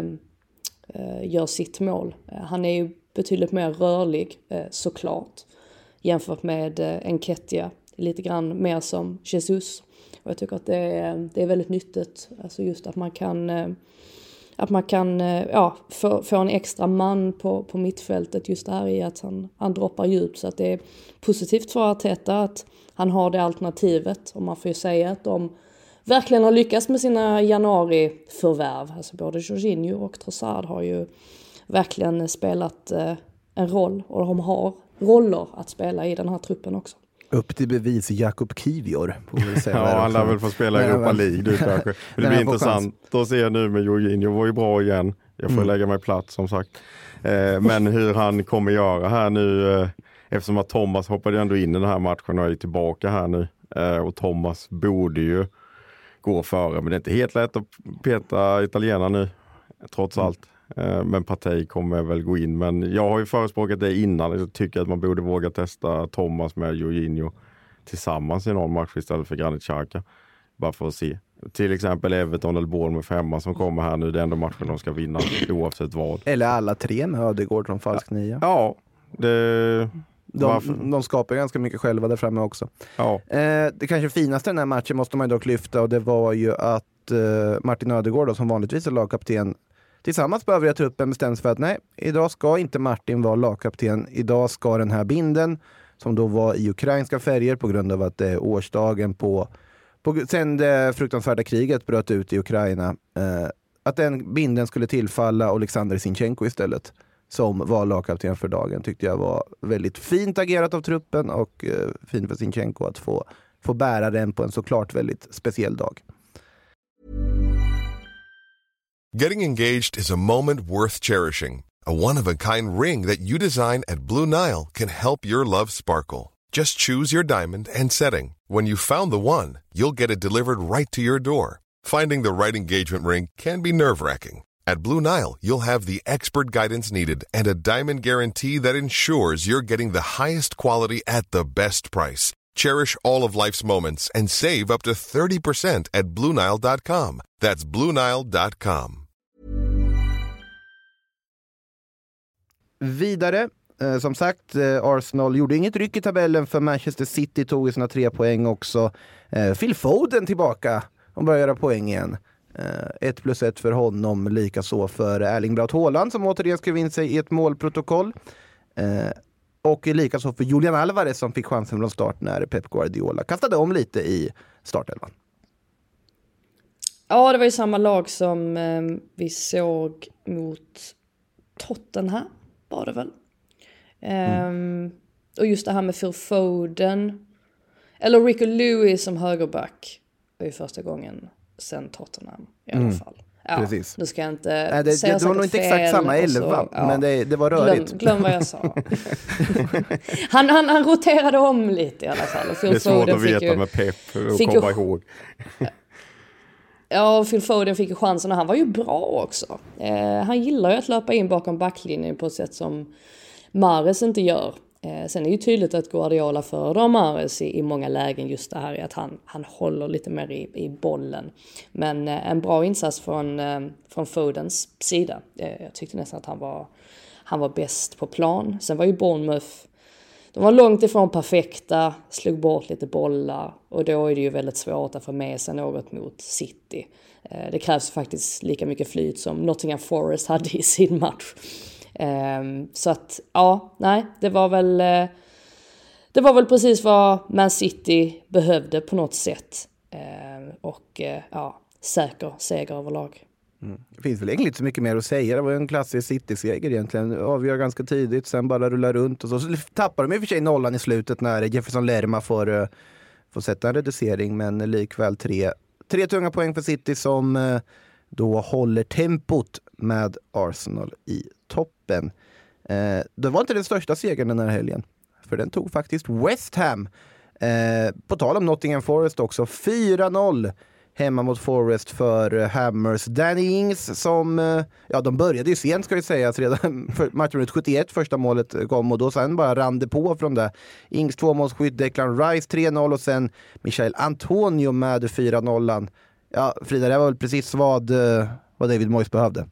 gör sitt mål. Han är ju betydligt mer rörlig såklart jämfört med Enketia, lite grann mer som Jesus, och jag tycker att det är, det är väldigt nyttigt, alltså just att man kan att man kan ja, få, få en extra man på, på mittfältet, just där i att han, han droppar djupt, så att det är positivt för Arteta att han har det alternativet, och man får ju säga att de verkligen har lyckats med sina januari-förvärv. Alltså både Jorginho och Trossard har ju verkligen spelat eh, en roll, och de har roller att spela i den här truppen också. Upp till bevis Jakob Kivior. Ja, han lär väl få spela i Europa League du kanske. Det blir intressant att se nu med Jorginho. Var ju bra igen. Jag får mm. lägga mig platt som sagt. Eh, men hur han kommer göra här nu, eh, eftersom att Thomas hoppade ändå in i den här matchen och är tillbaka här nu. Eh, och Thomas borde ju gå före, men det är inte helt lätt att peta italienarna nu, trots allt. Mm. Men Partey kommer väl gå in, men jag har ju förespråkat det innan. Jag tycker att man borde våga testa Thomas med Jorginho tillsammans i någon match istället för Granit Xhaka. Bara för att se. Till exempel Everton eller Bournemouth femma som kommer här nu. Det är ändå matchen de ska vinna oavsett vad. Eller alla tre med Ödegaard från falsk nia. Ja, det... De, de skapar ganska mycket själva där framme också. Ja. Eh, det kanske finaste i den här matchen måste man ju dock lyfta, och det var ju att eh, Martin Ödegaard då, som vanligtvis är lagkapten, tillsammans med övriga truppen bestäms för att nej, idag ska inte Martin vara lagkapten. Idag ska den här binden, som då var i ukrainska färger på grund av att det är årsdagen på, på sen det fruktansvärda kriget bröt ut i Ukraina, eh, att den binden skulle tillfalla Alexander Zinchenko istället, som var lagkapten för dagen. Tyckte jag var väldigt fint agerat av truppen, och eh, fint för Zinchenko att få, få bära den på en såklart väldigt speciell dag. Getting engaged is a moment worth cherishing. A one-of-a-kind ring that you design at Blue Nile can help your love sparkle. Just choose your diamond and setting. When you've found the one, you'll get it delivered right to your door. Finding the right engagement ring can be nerve-wracking. At Blue Nile, you'll have the expert guidance needed and a diamond guarantee that ensures you're getting the highest quality at the best price. Cherish all of life's moments and save up to thirty percent at blue nile dot com. That's blue nile dot com. Vidare, eh, som sagt, eh, Arsenal gjorde inget ryck i tabellen för Manchester City tog sina tre poäng också. Eh, Phil Foden tillbaka och börjar göra poäng igen. Eh, ett plus ett för honom, lika så för Erling Braut Haaland som återigen skrev in sig i ett målprotokoll. Eh, och lika så för Julian Alvarez som fick chansen från start när Pep Guardiola kastade om lite i startelvan. Ja, det var ju samma lag som eh, vi såg mot Tottenham, var det väl. Mm. Um, och just det här med Phil Foden, eller Rico Lewis som högerback, var ju första gången sen Tottenham i alla Mm. fall. Ja, Precis. nu ska jag inte Nej, det, säga det, det var nog inte exakt samma elva, så, ja. men det, det var rörigt. Glöm, glöm vad jag sa. han, han, han roterade om lite i alla fall. Och Phil det är svårt Foden att veta ju, med Pep och fick komma ju, ihåg. Ja, Phil Foden fick ju chansen och han var ju bra också. Eh, han gillar ju att löpa in bakom backlinjen på ett sätt som Mahrez inte gör. Eh, sen är det ju tydligt att Guardiola föredrar Mahrez i, i många lägen, just det här är att han, han håller lite mer i, i bollen. Men eh, en bra insats från, eh, från Fodens sida. Eh, jag tyckte nästan att han var, han var bäst på plan. Sen var ju Bournemouth, de var långt ifrån perfekta, slog bort lite bollar och då är det ju väldigt svårt att få med sig något mot City. Eh, det krävs faktiskt lika mycket flyt som Nottingham Forest hade i sin match. Um, så att, ja, nej, det var väl uh, det var väl precis vad Man City behövde på något sätt. Uh, och uh, ja, säker seger överlag. Mm. Det finns väl egentligen inte så mycket mer att säga. Det var en klassisk City-seger egentligen. Avgör ganska tidigt, sen bara rullar runt och så, så tappar de i och för sig nollan i slutet när Jefferson Lerma får, uh, får sätta en reducering, men likväl tre, tre tunga poäng för City som uh, då håller tempot med Arsenal i toppen. Eh, det var inte den största segern den här helgen. För den tog faktiskt West Ham. Eh, på tal om Nottingham Forest också. fyra noll hemma mot Forest för eh, Hammers. Danny Ings som, eh, ja de började ju sent ska vi säga. Redan för matchminut sjuttioett första målet kom och då sen bara rann det på från det. Ings tvåmålsskytt, Declan Rice tre noll och sen Michael Antonio med fyra noll. Ja, Frida, det var väl precis vad, vad David Moyes behövde.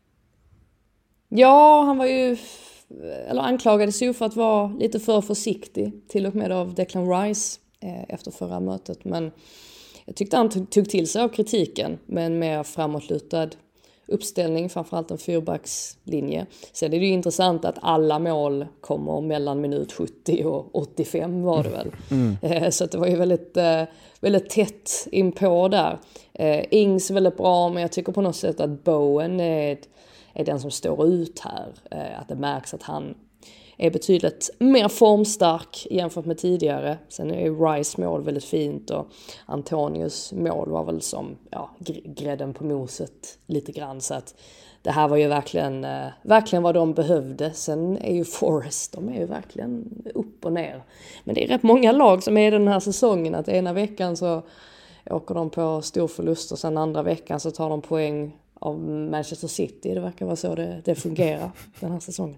Ja, han var ju, eller anklagades ju för att vara lite för försiktig, till och med av Declan Rice eh, efter förra mötet. Men jag tyckte han tog, tog till sig av kritiken med en mer framåtlutad uppställning, framförallt en fyrbackslinje. Sen är det ju intressant att alla mål kommer mellan minut sjuttio och åttiofem var det väl. Mm. Eh, så att det var ju väldigt, eh, väldigt tätt in på där. Eh, Ings är väldigt bra, men jag tycker på något sätt att Bowen är, är den som står ut här. Eh, att det märks att han är betydligt mer formstark jämfört med tidigare. Sen är Rice mål väldigt fint och Antonius mål var väl som ja, grädden på moset lite grann. Så att det här var ju verkligen, eh, verkligen vad de behövde. Sen är ju Forest, de är ju verkligen upp och ner. Men det är rätt många lag som är den här säsongen att ena veckan så åker de på stor förlust och sen andra veckan så tar de poäng av Manchester City. Det verkar vara så det, det fungerar den här säsongen.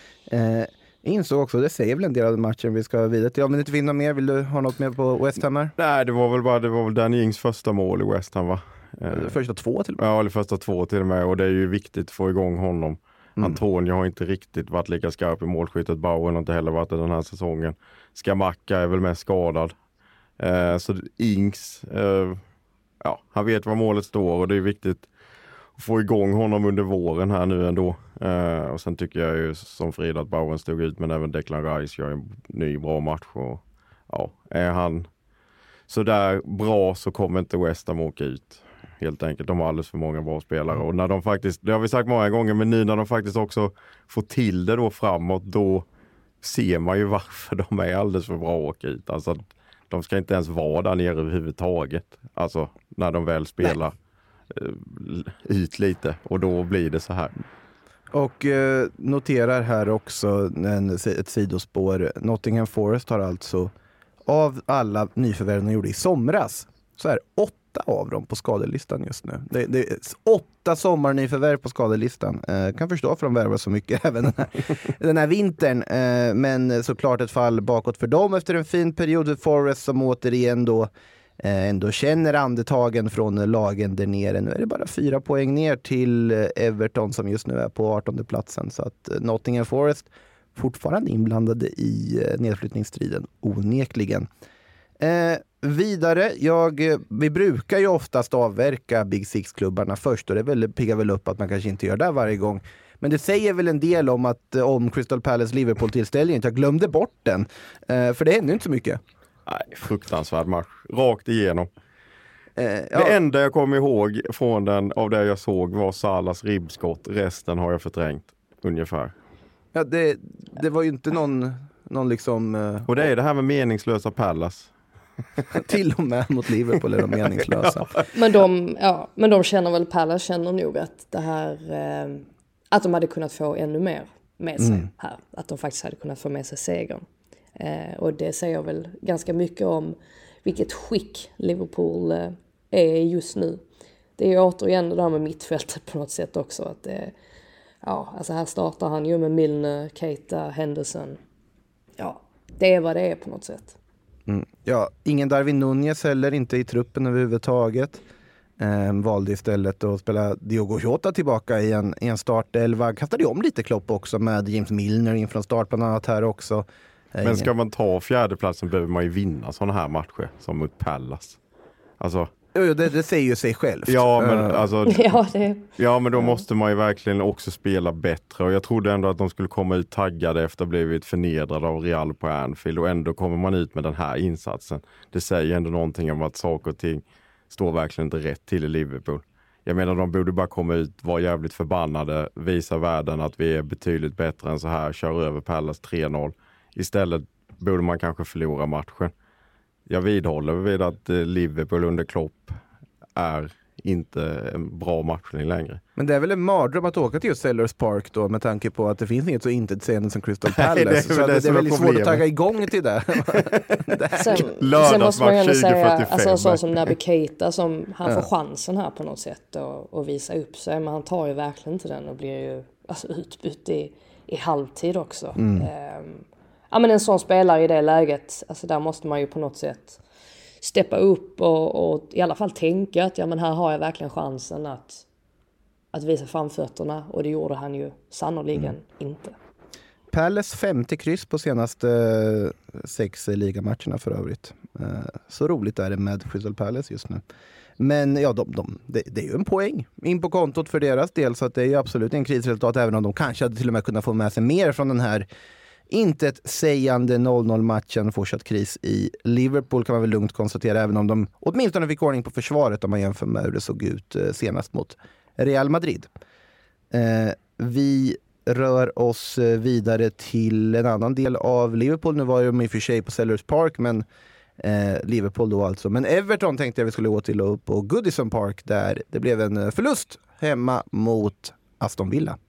Eh, insåg också, det säger väl en del av matchen vi ska vidare till. Om du inte vinner mer, vill du ha något mer på West Ham här? Nej, det var väl bara det var väl Danny Ings första mål i West Ham, va? Eh, första två till och med. Ja, eller första två till och med. Och det är ju viktigt att få igång honom. Mm. Antonio har inte riktigt varit lika skarp i målskyttet. Bowen har inte heller varit i den här säsongen. Skamacka är väl mest skadad. Eh, så Ings, eh, ja, han vet vad målet står och det är viktigt att få igång honom under våren här nu ändå. Eh, och sen tycker jag ju som Frida att Bowen stod ut, men även Declan Rice gör en ny bra match. Och, ja, är han så där bra så kommer inte West Ham åka ut. Helt enkelt, de har alldeles för många bra spelare. Och när de faktiskt, det har vi sagt många gånger, men nu när de faktiskt också får till det då framåt, då ser man ju varför de är alldeles för bra att åka ut. Alltså de ska inte ens vara där nere överhuvudtaget. Alltså när de väl spelar uh, ut lite. Och då blir det så här. Och eh, noterar här också en, ett sidospår. Nottingham Forest har alltså av alla nyförvärv de gjorde i somras så är åtta av dem på skadelistan just nu. Det, det är åtta sommarnyförvärv på skadelistan. Eh, kan förstå för de värvar så mycket även den här, den här vintern. Eh, men såklart ett fall bakåt för dem efter en fin period för Forest som återigen då eh, ändå känner andetagen från lagen där nere. Nu är det bara fyra poäng ner till Everton som just nu är på artonde platsen. Så att eh, Nottingham Forest fortfarande inblandade i eh, nedflyttningsstriden onekligen. Eh, vidare, jag, vi brukar ju oftast avverka Big Six-klubbarna först och det väl, piggar väl upp att man kanske inte gör det varje gång. Men det säger väl en del om att om Crystal Palace Liverpool-tillställningen, jag glömde bort den. Eh, för det händer inte så mycket. Nej, fruktansvärd match. Rakt igenom. Eh, ja. Det enda jag kom ihåg från den av det jag såg var Salas ribbskott. Resten har jag förträngt ungefär. Ja, det, det var ju inte någon, någon liksom... Eh, och det är det här med meningslösa Palace. Till och med mot Liverpool är de meningslösa. Ja. Men, de, ja, men de känner väl, Palace känner nog att det här, eh, att de hade kunnat få ännu mer med sig mm. här. Att de faktiskt hade kunnat få med sig segern. Eh, och det säger väl ganska mycket om vilket skick Liverpool eh, är just nu. Det är ju återigen det där med mittfältet på något sätt också. Att det, ja, alltså här startar han ju med Milner, Keita, Henderson. Ja, det är vad det är på något sätt. Mm. Ja, ingen Darwin Núñez heller, inte i truppen överhuvudtaget. Ehm, valde istället att spela Diogo Jota tillbaka i en, i en startelva. Kastade om lite Klopp också med James Milner in från start bland annat här också. Men ska man ta fjärdeplatsen behöver man ju vinna sådana här matcher som mot Palace. Alltså... Jo, det, det säger ju sig självt. Ja, men, uh. alltså, ja, det... ja, men då måste man ju verkligen också spela bättre. Och jag trodde ändå att de skulle komma ut taggade efter att ha blivit förnedrade av Real på Anfield. Och ändå kommer man ut med den här insatsen. Det säger ändå någonting om att saker och ting står verkligen inte rätt till i Liverpool. Jag menar, de borde bara komma ut, vara jävligt förbannade, visa världen att vi är betydligt bättre än så här, köra över Palace tre noll. Istället borde man kanske förlora matchen. Jag vidhåller vid att Liverpool under Klopp är inte en bra matchning längre. Men det är väl en mardröm att åka till just Sellers Park då, med tanke på att det finns inget så intetsägande som Crystal Palace. Nej, det är, så det, det är väldigt svårt att tagga igång till det. det sen, sen måste man ju ändå säga, alltså en sån som Naby Keita, som han får ja. chansen här på något sätt och, och visa upp sig, men han tar ju verkligen inte den och blir ju alltså, utbytt i, i halvtid också. Mm. Um, ja, men en sån spelare i det läget, alltså där måste man ju på något sätt steppa upp och, och i alla fall tänka att ja, men här har jag verkligen chansen att, att visa framfötterna, och det gjorde han ju sannoliken mm. inte. Palace femte kryss på senaste sex ligamatcherna för övrigt. Så roligt är det med Crystal Palace just nu. Men ja, de, de, det, det är ju en poäng in på kontot för deras del, så att det är ju absolut en krisresultat, även om de kanske hade till och med kunnat få med sig mer från den här inte ett sägande noll noll-matchen. Fortsatt kris i Liverpool kan man väl lugnt konstatera, även om de åtminstone fick ordning på försvaret om man jämför med hur det såg ut senast mot Real Madrid. Eh, vi rör oss vidare till en annan del av Liverpool. Nu var de i och för sig på Sellers Park, men eh, Liverpool då alltså. Men Everton tänkte jag vi skulle gå till och upp på Goodison Park, där det blev en förlust hemma mot Aston Villa.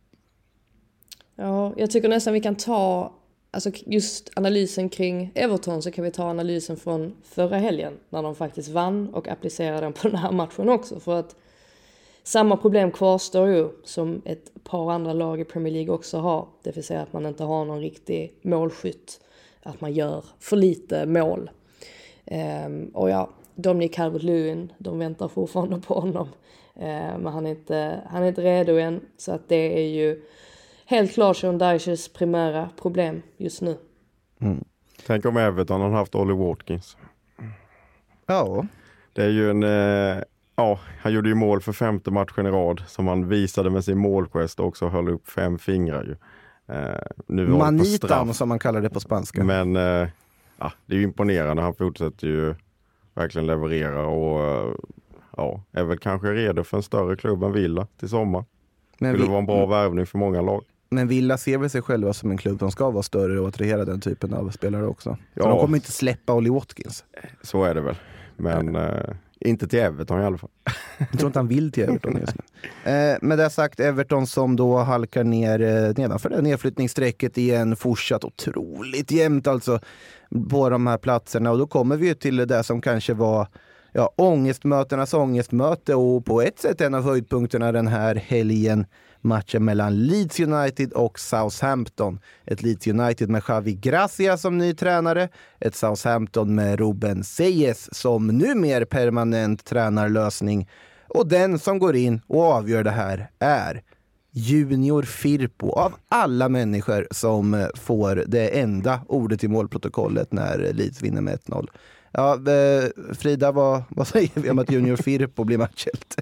Ja, jag tycker nästan vi kan ta alltså just analysen kring Everton, så kan vi ta analysen från förra helgen när de faktiskt vann och applicerade den på den här matchen också. För att samma problem kvarstår ju som ett par andra lag i Premier League också har. Det vill säga att man inte har någon riktig målskytt. Att man gör för lite mål. Ehm, och ja, Dominic Calvert-Lewin, de väntar fortfarande på honom. Ehm, men han är, inte, han är inte redo än. Så att det är ju helt klart Sean Dyches primära problem just nu. Mm. Tänk om Everton har haft Ollie Watkins. Ja. Det är ju en... Eh, ja, han gjorde ju mål för femte matchen i rad, som han visade med sin målgest och också höll upp fem fingrar ju. Eh, nu var Manitan som man kallar det på spanska. Men eh, ja, det är ju imponerande. Han fortsätter ju verkligen leverera och eh, ja, är väl kanske redo för en större klubb än Villa till sommar. Men det skulle vi... vara en bra värvning för många lag. Men Villa ser väl sig själva som en klubb. De ska vara större och attrahera den typen av spelare också. Ja. Så de kommer inte släppa Ollie Watkins. Så är det väl. Men eh, inte till Everton i alla fall. Jag tror inte han vill till Everton just nu. Eh, med det sagt, Everton som då halkar ner eh, nedanför det nedflyttningssträcket igen, fortsatt otroligt jämnt alltså på de här platserna. Och då kommer vi ju till det som kanske var ja, ångestmötenas ångestmöte och på ett sätt en av höjdpunkterna den här helgen, matchen mellan Leeds United och Southampton. Ett Leeds United med Javi Gracia som ny tränare, ett Southampton med Ruben Seyes som numera permanent tränarlösning, och den som går in och avgör det här är Junior Firpo, av alla människor som får det enda ordet i målprotokollet när Leeds vinner med ett noll. Ja, Frida, vad, vad säger vi om att Junior Firpo blir matchhjälte?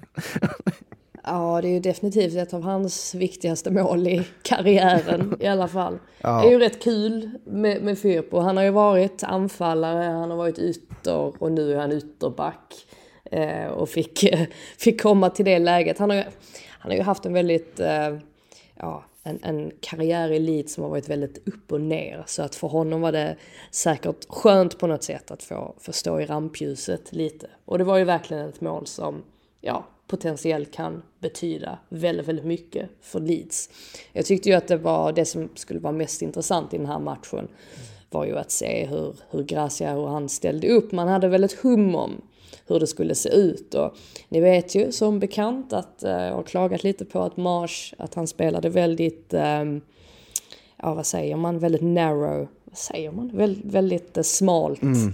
Ja, det är ju definitivt ett av hans viktigaste mål i karriären i alla fall. Ja. Det är ju rätt kul med, med Firpo. Han har ju varit anfallare, han har varit ytter och nu är han ytterback. Eh, och fick, fick komma till det läget. Han har ju, han har ju haft en väldigt... Eh, ja, en, en karriär i Leeds som har varit väldigt upp och ner. Så att för honom var det säkert skönt på något sätt att få, få stå i rampljuset lite. Och det var ju verkligen ett mål som... ja, potentiellt kan betyda väldigt, väldigt mycket för Leeds. Jag tyckte ju att det var det som skulle vara mest intressant i den här matchen var ju att se hur, hur Gracia, hur han ställde upp. Man hade väl ett hum om hur det skulle se ut, och ni vet ju som bekant att uh, jag har klagat lite på att Marsh, att han spelade väldigt um, ja, vad säger man, väldigt narrow, vad säger man, Väl, väldigt uh, smalt. Mm.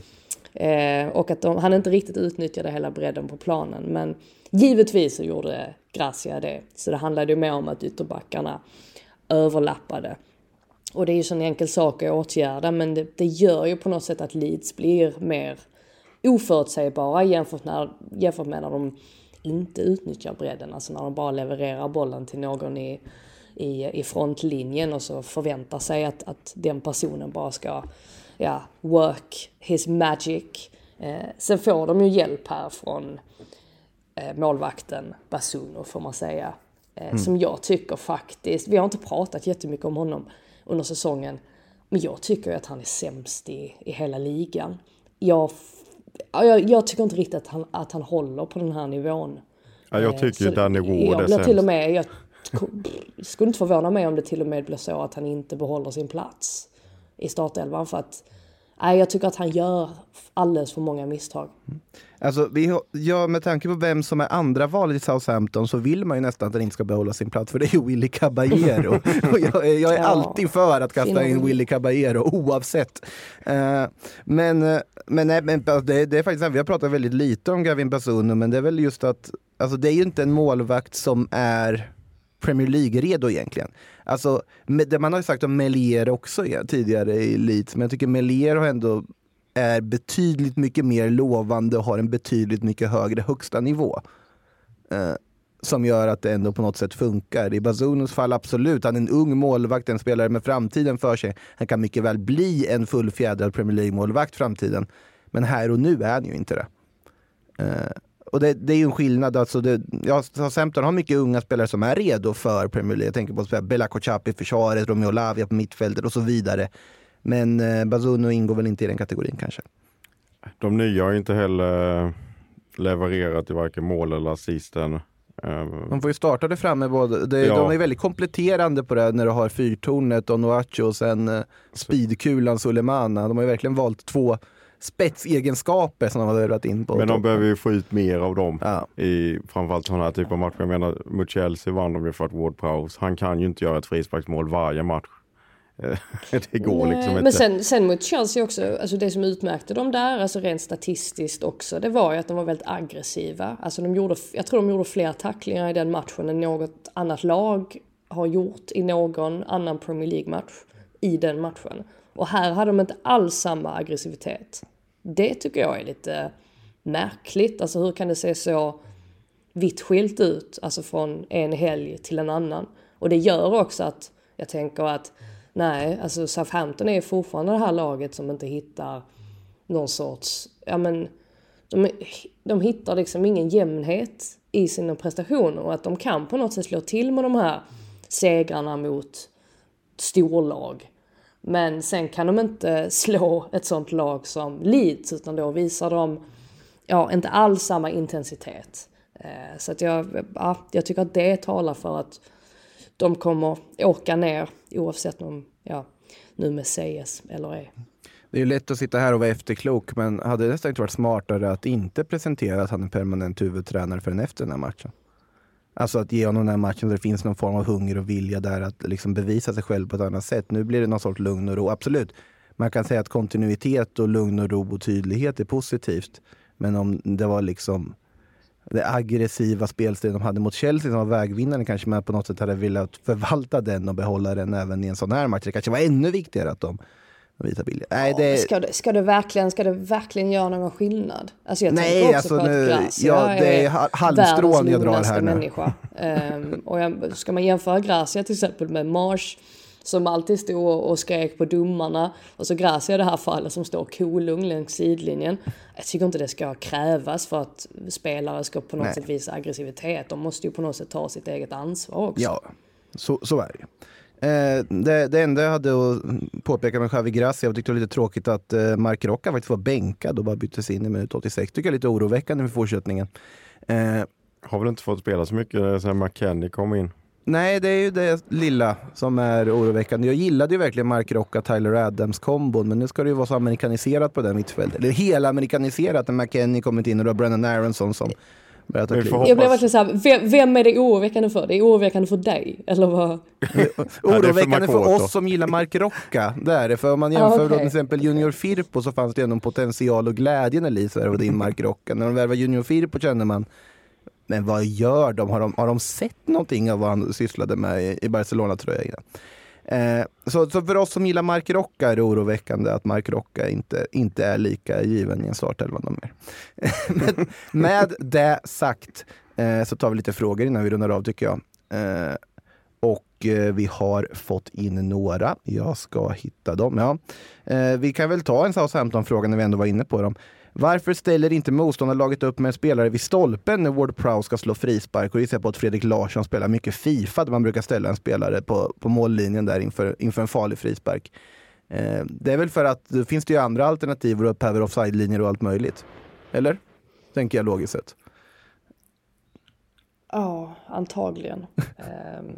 Eh, och att de, han inte riktigt utnyttjade hela bredden på planen, men givetvis så gjorde Gracia det, så det handlade ju mer om att ytterbackarna överlappade, och det är ju så en enkel sak att åtgärda, men det, det gör ju på något sätt att Leeds blir mer oförutsägbara jämfört, när, jämfört med när de inte utnyttjar bredden, alltså när de bara levererar bollen till någon i, i, i frontlinjen och så förväntar sig att, att den personen bara ska ja, work his magic. Eh, sen får de ju hjälp här från eh, målvakten Basuno, får man säga. Eh, mm. Som jag tycker faktiskt, vi har inte pratat jättemycket om honom under säsongen, men jag tycker att han är sämst i, i hela ligan. Jag, jag, jag tycker inte riktigt att han, att han håller på den här nivån. Ja, jag tycker ju eh, den nivån jag är blir sämst. till och med, jag skulle inte förvåna mig om det till och med blir så att han inte behåller sin plats i startelvan, för att nej, jag tycker att han gör alldeles för många misstag. Alltså, vi, ja, med tanke på vem som är andra valet i Southampton så vill man ju nästan att han inte ska behålla sin plats, för det är ju Willy Caballero. Och jag, jag är ja, alltid för att kasta in Willy Caballero oavsett. Uh, men men, nej, men det, det är faktiskt, vi har pratat väldigt lite om Gavin Basuno, men det är väl just att alltså, det är ju inte en målvakt som är Premier League-redo egentligen. Alltså, det man har ju sagt om Melier också ja, tidigare i Leeds, men jag tycker Melier har ändå är betydligt mycket mer lovande och har en betydligt mycket högre högsta nivå. Eh, som gör att det ändå på något sätt funkar. I Basunos fall absolut, han är en ung målvakt, en spelare med framtiden för sig. Han kan mycket väl bli en fullfjädrad Premier League-målvakt framtiden. Men här och nu är han ju inte det. Eh, Och det, det är ju en skillnad. Alltså det, ja, Southampton har mycket unga spelare som är redo för Premier League. Jag tänker på Bella Kochapi i försvaret, Romeo Lavia på mittfältet och så vidare. Men eh, Basuno ingår väl inte i den kategorin kanske. De nya har ju inte heller levererat i varken mål eller assisten. De får ju starta det framme både. Det, ja. De är väldigt kompletterande på det när du har fyrtornet och Onuachu och sen eh, speedkulan Sulemana. De har ju verkligen valt två spetsegenskaper som de har övat in på. Men de behöver ju få ut mer av dem. Ja. I framförallt sådana här typer av matcher. Jag menar, mot Chelsea vann de ju för att Ward Prowse. Han kan ju inte göra ett frisparksmål varje match. Det går Nej, liksom inte. Men sen, sen mot Chelsea också, alltså det som utmärkte dem där, alltså rent statistiskt också, det var ju att de var väldigt aggressiva. Alltså de gjorde, jag tror de gjorde fler tacklingar i den matchen än något annat lag har gjort i någon annan Premier League-match i den matchen. Och här hade de inte alls samma aggressivitet. Det tycker jag är lite märkligt. Alltså hur kan det se så vitt skilt ut, alltså från en helg till en annan. Och det gör också att jag tänker att nej, alltså Southampton är fortfarande det här laget som inte hittar någon sorts, ja men de, de hittar liksom ingen jämnhet i sina prestationer, och att de kan på något sätt slå till med de här segrarna mot storlag. Men sen kan de inte slå ett sånt lag som Leeds, utan då visar de ja, inte alls samma intensitet. Eh, så att jag, ja, jag tycker att det talar för att de kommer åka ner oavsett om, ja, nu med Seyes eller är. Det är ju lätt att sitta här och vara efterklok, men hade det nästan inte varit smartare att inte presentera att han är permanent huvudtränare förrän efter den här matchen? Alltså att ge honom den här matchen där det finns någon form av hunger och vilja där att liksom bevisa sig själv på ett annat sätt. Nu blir det någon sorts lugn och ro. Absolut, man kan säga att kontinuitet och lugn och ro och tydlighet är positivt. Men om det var liksom det aggressiva spelstilen de hade mot Chelsea som var vägvinnaren, kanske man på något sätt hade velat förvalta den och behålla den även i en sån här match. Det kanske var ännu viktigare att de visar bilder. Nej, det... ska, det, ska, det verkligen, ska det verkligen göra någon skillnad? Alltså jag Nej, tänker också alltså på nu, att Gracia ja, det är halmstrån jag drar här nu. Människa. um, och jag, ska man jämföra Gracia till exempel med Marsh som alltid stod och skrek på domarna, och så Gracia i det här fallet som står kolugn längs sidlinjen. Jag tycker inte det ska krävas för att spelare ska på något Nej. sätt visa aggressivitet. De måste ju på något sätt ta sitt eget ansvar också. Ja, så, så är det. Eh, det, det enda jag hade att påpeka med Javi Gracia, jag tyckte det var lite tråkigt att eh, Mark Rocca faktiskt var bänkad och bara byttes in i minut åttiosex. Tycker jag är lite oroväckande med fortsättningen. Eh, Har väl inte fått spela så mycket sen McKennie kom in? Nej, det är ju det lilla som är oroväckande. Jag gillade ju verkligen Mark Rocca, Tyler Adams-kombon, men nu ska det ju vara så amerikaniserat på den mittfältet. Eller hela amerikaniserat när McKennie kommit in och då Brennan Aronson som börjat ta kliv. Jag blev verkligen så här, vem, vem är det oroväckande för? Det är oroväckande för dig, eller vad? Oroväckande för, för oss som gillar Mark Rocca. Det är det, för om man jämför ah, okay. till exempel Junior Firpo så fanns det ändå en potential och glädje när Lisa värvade in Mark Rocca. När de värvade Junior Firpo känner man, men vad gör de? Har de, har de sett någonting av vad han sysslade med i, i Barcelona-tröja innan? Eh, så, så för oss som gillar Mark Rocca är det oroväckande att Mark Rocca inte, inte är lika given i en startelva mer. med, med det sagt eh, så tar vi lite frågor innan vi rundar av tycker jag. Eh, och eh, vi har fått in några. Jag ska hitta dem. Ja. Eh, vi kan väl ta en Southampton-fråga när vi ändå var inne på dem. Varför ställer inte motståndarlaget upp med en spelare vid stolpen när Ward Prowse ska slå frispark? Och det ser på att Fredrik Larsson spelar mycket FIFA där man brukar ställa en spelare på, på mållinjen där inför, inför en farlig frispark. Eh, det är väl för att det finns det ju andra alternativ och upphäver offside-linjer och allt möjligt. Eller? Tänker jag logiskt sett. Ja, antagligen. um,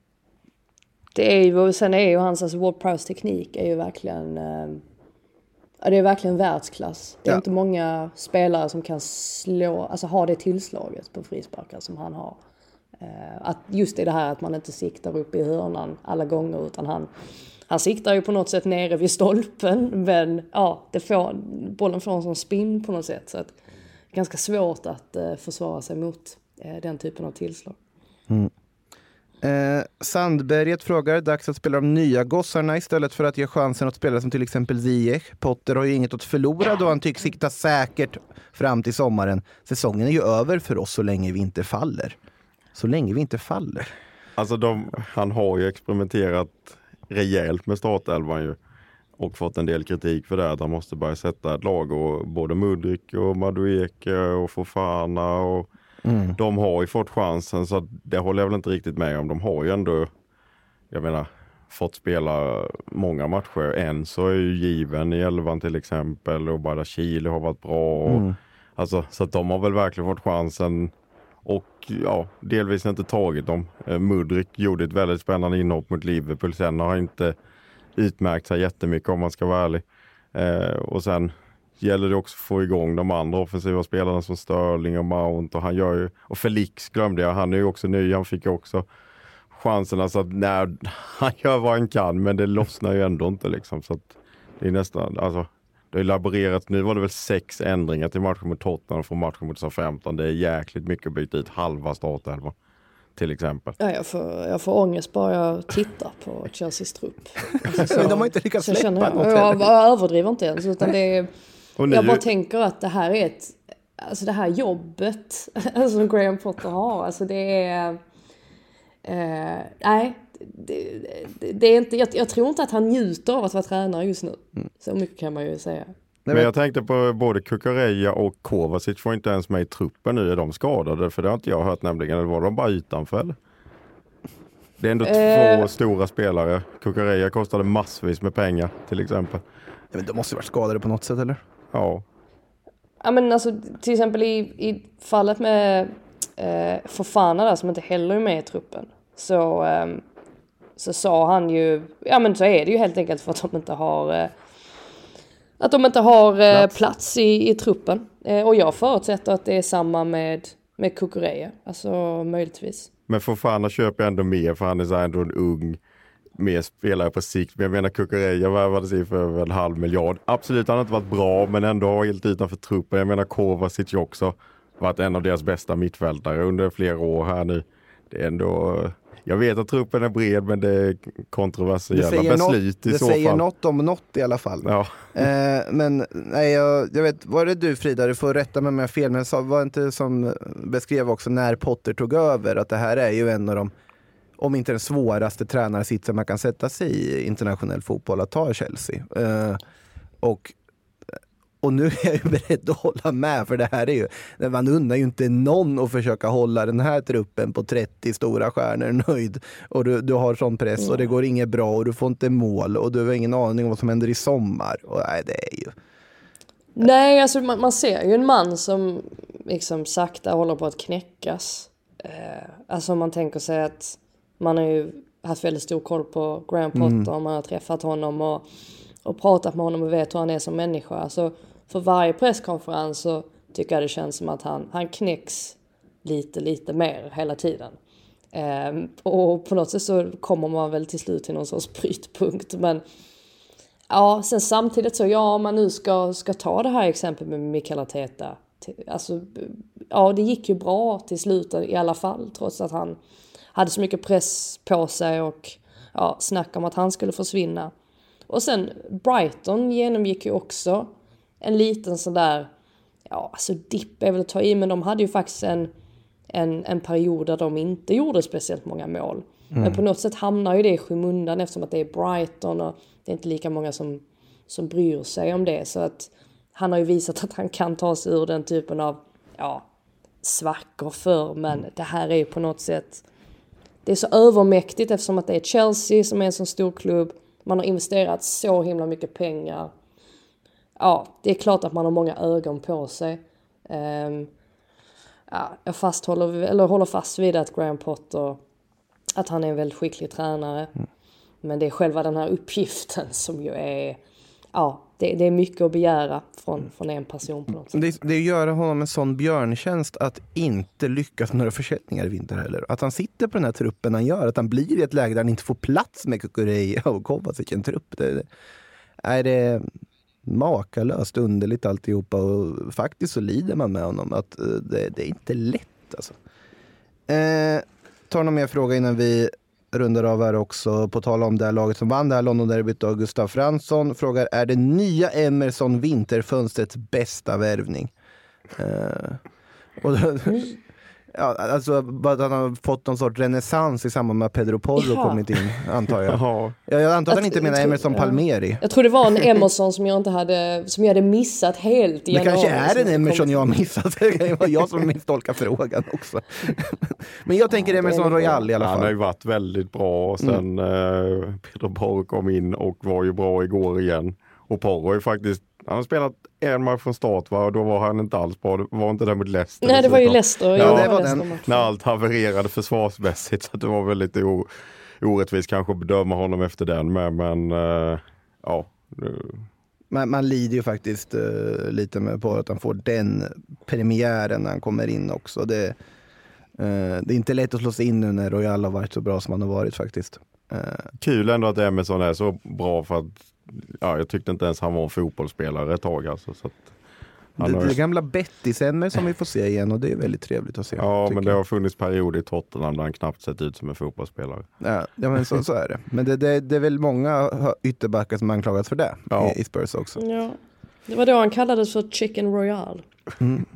det är ju, sen är ju hans, alltså Ward Prowse teknik är ju verkligen... Um, Ja, det är verkligen världsklass. Det är ja. inte många spelare som kan slå, alltså ha det tillslaget på frisparkar som han har. Eh, att just det här att man inte siktar upp i hörnan alla gånger, utan han, han siktar ju på något sätt nere vid stolpen, men ja, det får, bollen får en sån spin på något sätt, så att det är ganska svårt att eh, försvara sig mot eh, den typen av tillslag. Mm. Eh, Sandberget frågar, dags att spela de nya gossarna istället för att ge chansen att spela som till exempel Ziyech. Potter har ju inget att förlora då han tycks sikta säkert fram till sommaren. Säsongen är ju över för oss så länge vi inte faller. Så länge vi inte faller. Alltså de, han har ju experimenterat rejält med startelvan ju. Och fått en del kritik för det, att han måste börja sätta ett lag, och både Mudryk och Madueke och Fofana och Mm. de har ju fått chansen, så det håller jag väl inte riktigt med om. De har ju ändå, jag menar, fått spela många matcher. En så är ju given i elvan till exempel, och bara Chile har varit bra. Och, mm. alltså, så att de har väl verkligen fått chansen och ja, delvis inte tagit dem. Mudryk gjorde ett väldigt spännande inhopp mot Liverpool. Sen har han inte utmärkt sig jättemycket om man ska vara ärlig. Eh, och sen gäller det också att få igång de andra offensiva spelarna som Sterling och Mount, och han gör ju, och Felix glömde jag, han är ju också ny, han fick ju också chanserna, så att när han gör vad han kan, men det lossnar ju ändå inte liksom, så att det är nästan, alltså det är laborerat, nu var det väl sex ändringar till matchen mot Tottenham från matchen mot Southampton, det är jäkligt mycket att byta ut halva startelvan till exempel. Ja, jag får, jag får ångest bara jag tittar på Chelseas trupp. Alltså, så, men de har inte lyckats släppa jag, något. Jag, jag överdriver inte ens, utan det är, jag bara tänker att det här är ett, alltså det här jobbet alltså Graham Potter har, alltså det är eh, nej det, det, det är inte, jag, jag tror inte att han njuter av att vara tränare just nu. Mm. Så mycket kan man ju säga. Men jag tänkte på både Kukureya och Kovacic var inte ens med i truppen nu, är de skadade? För det har inte jag hört nämligen, eller var de bara utanför? Eller? Det är ändå eh. två stora spelare. Kukureya kostade massvis med pengar till exempel. Ja, men de måste ju vara skadade på något sätt, eller? Ja. Ja, men alltså till exempel i, i fallet med eh, Fofana där, som inte heller är med i truppen, så, eh, så sa han ju, ja men så är det ju helt enkelt för att de inte har eh, Att de inte har eh, Plats. plats i, i truppen. Eh, och jag förutsätter att det är samma med, med Kukureya. Alltså möjligtvis. Men för fan, han köper ändå mer för han är så ändå en ung mer spelare på sikt. Men jag menar Kukureya värvade sig för över en halv miljard. Absolut, han har inte varit bra men ändå har helt utanför truppen. Jag menar Kovacic också varit en av deras bästa mittfältare under flera år här nu. Det är ändå... Jag vet att truppen är bred men det är kontroversiella beslut något, i det så säger fall. något om något i alla fall. Ja. Eh, men nej, jag, jag vet, var det du Frida, du får rätta mig om jag har fel, men det var inte som beskrev också när Potter tog över att det här är ju en av de, om inte den svåraste tränarsitsen man kan sätta sig i internationell fotboll, att ta Chelsea. Eh, och Och nu är jag ju beredd att hålla med, för det här är ju, man undrar ju inte någon att försöka hålla den här truppen på trettio stora stjärnor nöjd. Och du, du har sån press och det går inget bra och du får inte mål och du har ingen aning om vad som händer i sommar. Och nej, det är ju... Nej, alltså man, man ser ju en man som liksom sakta håller på att knäckas. Eh, alltså om man tänker sig att man har ju haft väldigt stor koll på Graham Potter, mm. man har träffat honom och, och pratat med honom och vet hur han är som människa. Alltså för varje presskonferens så tycker jag det känns som att han, han knäcks lite, lite mer hela tiden. Eh, och på något sätt så kommer man väl till slut till någon sorts brytpunkt. Men ja, sen samtidigt så, ja, om man nu ska, ska ta det här exempel med Mikel Arteta. Alltså, ja, det gick ju bra till slut i alla fall, trots att han hade så mycket press på sig och ja, snack om att han skulle försvinna. Och sen Brighton genomgick ju också en liten sån där, ja, alltså dipp är väl att ta i, men de hade ju faktiskt en, en, en period där de inte gjorde speciellt många mål. Mm. Men på något sätt hamnar ju det i skymundan eftersom att det är Brighton och det är inte lika många som, som bryr sig om det. Så att han har ju visat att han kan ta sig ur den typen av, ja, svackor för, men det här är ju på något sätt, det är så övermäktigt eftersom att det är Chelsea som är en sån stor klubb. Man har investerat så himla mycket pengar. Ja, det är klart att man har många ögon på sig. Um, ja, jag fasthåller, eller håller fast vid att Graham Potter, att han är en väldigt skicklig tränare. Mm. Men det är själva den här uppgiften som ju är, ja, det, det är mycket att begära från, från en person på något sätt. Det, det gör honom en sån björntjänst att inte lyckas med några försäljningar i vinter heller. Att han sitter på den här truppen han gör, att han blir i ett läge där han inte får plats med Kukureya och Kovacic i en trupp. Det, det, är det makalöst underligt alltihopa, och faktiskt så lider man med honom att det, det är inte lätt alltså. Eh, tar någon mer fråga innan vi rundar av här också, på tal om det här laget som vann det här London-derbyt då. Gustav Fransson frågar, är det nya Emerson vinterfönstrets bästa värvning? Eh, och då, ja, alltså att han har fått någon sorts renässans i samband med Pedro Porro ja. kommit in, antar jag. Ja, jag antar att han inte menar Emerson ja. Palmieri. Jag tror det var en Emerson som jag inte hade, som jag hade missat helt. Det kanske är en Emerson jag har missat. Det kan ju vara jag som misstolkar frågan också. Men jag tänker ja, Emerson Royal i alla fall. Han har ju varit väldigt bra och sen mm. eh, Pedro Porro kom in och var ju bra igår igen. Och Porro är faktiskt, han har spelat en match från start, va? Och då var han inte alls bra. Det var inte det mot Leicester. Nej, det var ju Leicester. Ja, ja, det var den. När allt havererade försvarsmässigt, så det var väldigt o- orättvist kanske att bedöma honom efter den. Men, men uh, ja. Man, man lider ju faktiskt uh, lite med på att han får den premiären när han kommer in också. Det, uh, det är inte lätt att slå sig in nu när Royal har varit så bra som han har varit faktiskt. Uh. Kul ändå att Emerson är så bra, för att ja, jag tyckte inte ens han var en fotbollsspelare ett tag. Alltså, så att det, har... det gamla Bettis-Emmer som vi får se igen, och det är väldigt trevligt att se. Ja, men det har funnits perioder i Tottenham där han knappt sett ut som en fotbollsspelare. Ja, ja men så, så är det. Men det, det, det är väl många ytterbackar som anklagas för det ja. i, i Spurs också. Ja, det var då han kallades för Chicken Royal. Mm.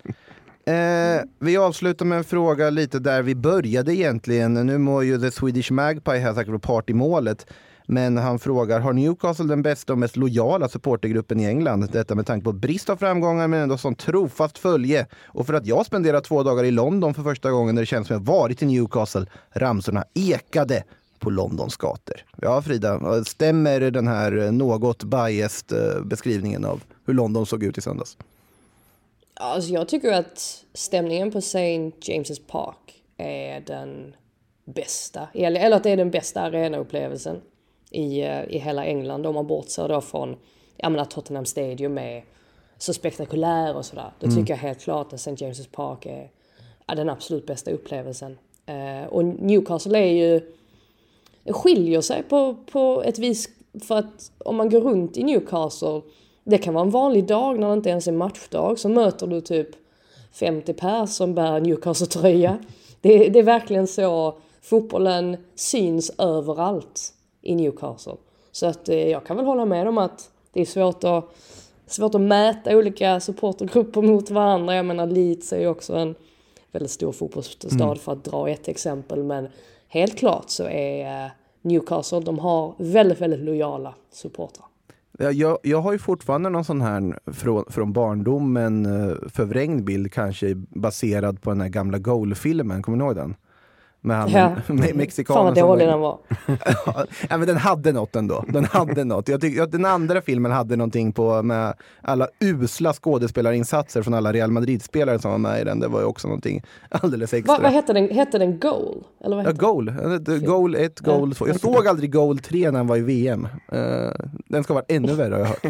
Eh, vi avslutar med en fråga lite där vi började egentligen. Nu må ju The Swedish Magpie här säkert part i målet. Men han frågar, har Newcastle den bästa och mest lojala supportergruppen i England? Detta med tanke på brist av framgångar men ändå sån trofast följe. Och för att jag spenderar två dagar i London för första gången när det känns som jag varit i Newcastle. Ramsorna ekade på Londons gator. Ja, Frida, stämmer den här något biased beskrivningen av hur London såg ut i söndags? Alltså jag tycker att stämningen på Saint James's Park är den bästa. Eller att det är den bästa arenaupplevelsen i, i hela England, om man bortser då från jag menar, Tottenham Stadium är så spektakulär och sådär. Då tycker mm. jag helt klart att Saint James' Park är, är den absolut bästa upplevelsen. Eh, och Newcastle är ju, det skiljer sig på, på ett vis, för att om man går runt i Newcastle, det kan vara en vanlig dag när det inte ens är matchdag, så möter du typ femtio pers som bär Newcastle-tröja. Det, det är verkligen så, fotbollen syns överallt i Newcastle. Så att eh, jag kan väl hålla med om att det är svårt att, svårt att mäta olika supportergrupper mot varandra. Jag menar, Leeds är ju också en väldigt stor fotbollsstad mm. för att dra ett exempel. Men helt klart så är eh, Newcastle, de har väldigt, väldigt lojala supportrar. Jag, jag har ju fortfarande någon sån här från, från barndomen förvrängd bild, kanske baserad på den här gamla Goal-filmen. Kommer ni ihåg den? Med han, ja. me- mexikanen. Fan vad dålig den var. Ja, men den hade något ändå. Den hade något. Jag tycker, den andra filmen hade någonting på med alla usla skådespelarinsatser från alla Real Madrid-spelare som var med i den. Det var ju också någonting alldeles extra. Va, vad hette den? Hette den Goal? Eller vad ja, Goal. Goal ett, Goal två. Jag såg aldrig Goal tre när den var i V M. Uh, den ska vara ännu värre, har jag hört.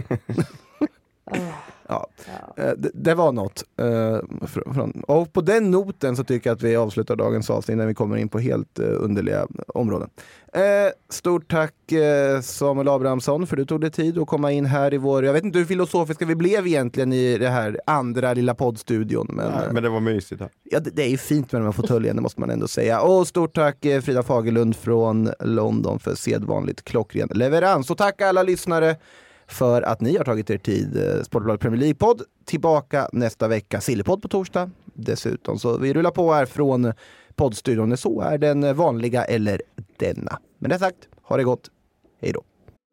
Ja, ja. Det, det var något. Uh, från, och på den noten så tycker jag att vi avslutar dagens avsnitt när vi kommer in på helt uh, underliga områden. Uh, stort tack uh, Samuel Abrahamsson för du tog dig tid att komma in här i vår, jag vet inte hur filosofiska vi blev egentligen i det här andra lilla poddstudion. Men, ja, men det var mysigt här. Ja, det, det är ju fint med de här fåtöljen, det måste man ändå säga. Och stort tack uh, Frida Fagerlund från London för sedvanligt klockren leverans. Och tack alla lyssnare för att ni har tagit er tid. Sportbladet Premier League-podd tillbaka nästa vecka. Sillypodd på torsdag dessutom. Så vi rullar på här från poddstudion. Så är den vanliga eller denna. Men det sagt, ha det gott. Hej då.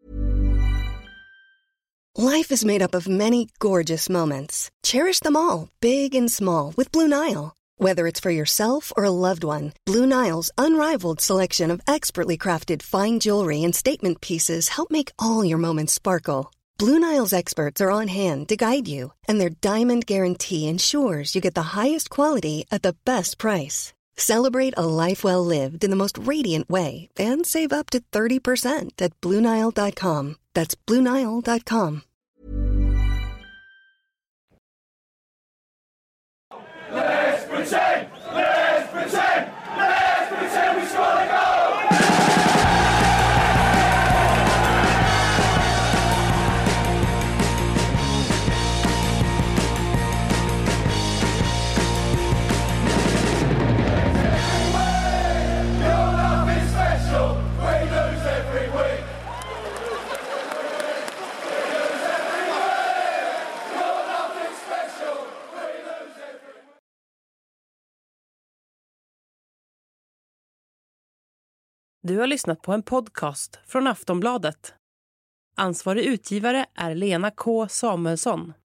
Life is made up of many gorgeous moments. Cherish them all, big and small, with Blue Nile. Whether it's for yourself or a loved one, Blue Nile's unrivaled selection of expertly crafted fine jewelry and statement pieces help make all your moments sparkle. Blue Nile's experts are on hand to guide you, and their diamond guarantee ensures you get the highest quality at the best price. Celebrate a life well lived in the most radiant way and save up to thirty percent at Blue Nile dot com. That's Blue Nile dot com. Let's pretend! Let's pretend! Let's pretend we score the goal! You're nothing special. We lose every week. We lose every week. You're nothing special. We lose every week. Du har lyssnat på en podcast från Aftonbladet. Ansvarig utgivare är Lena K. Samuelsson.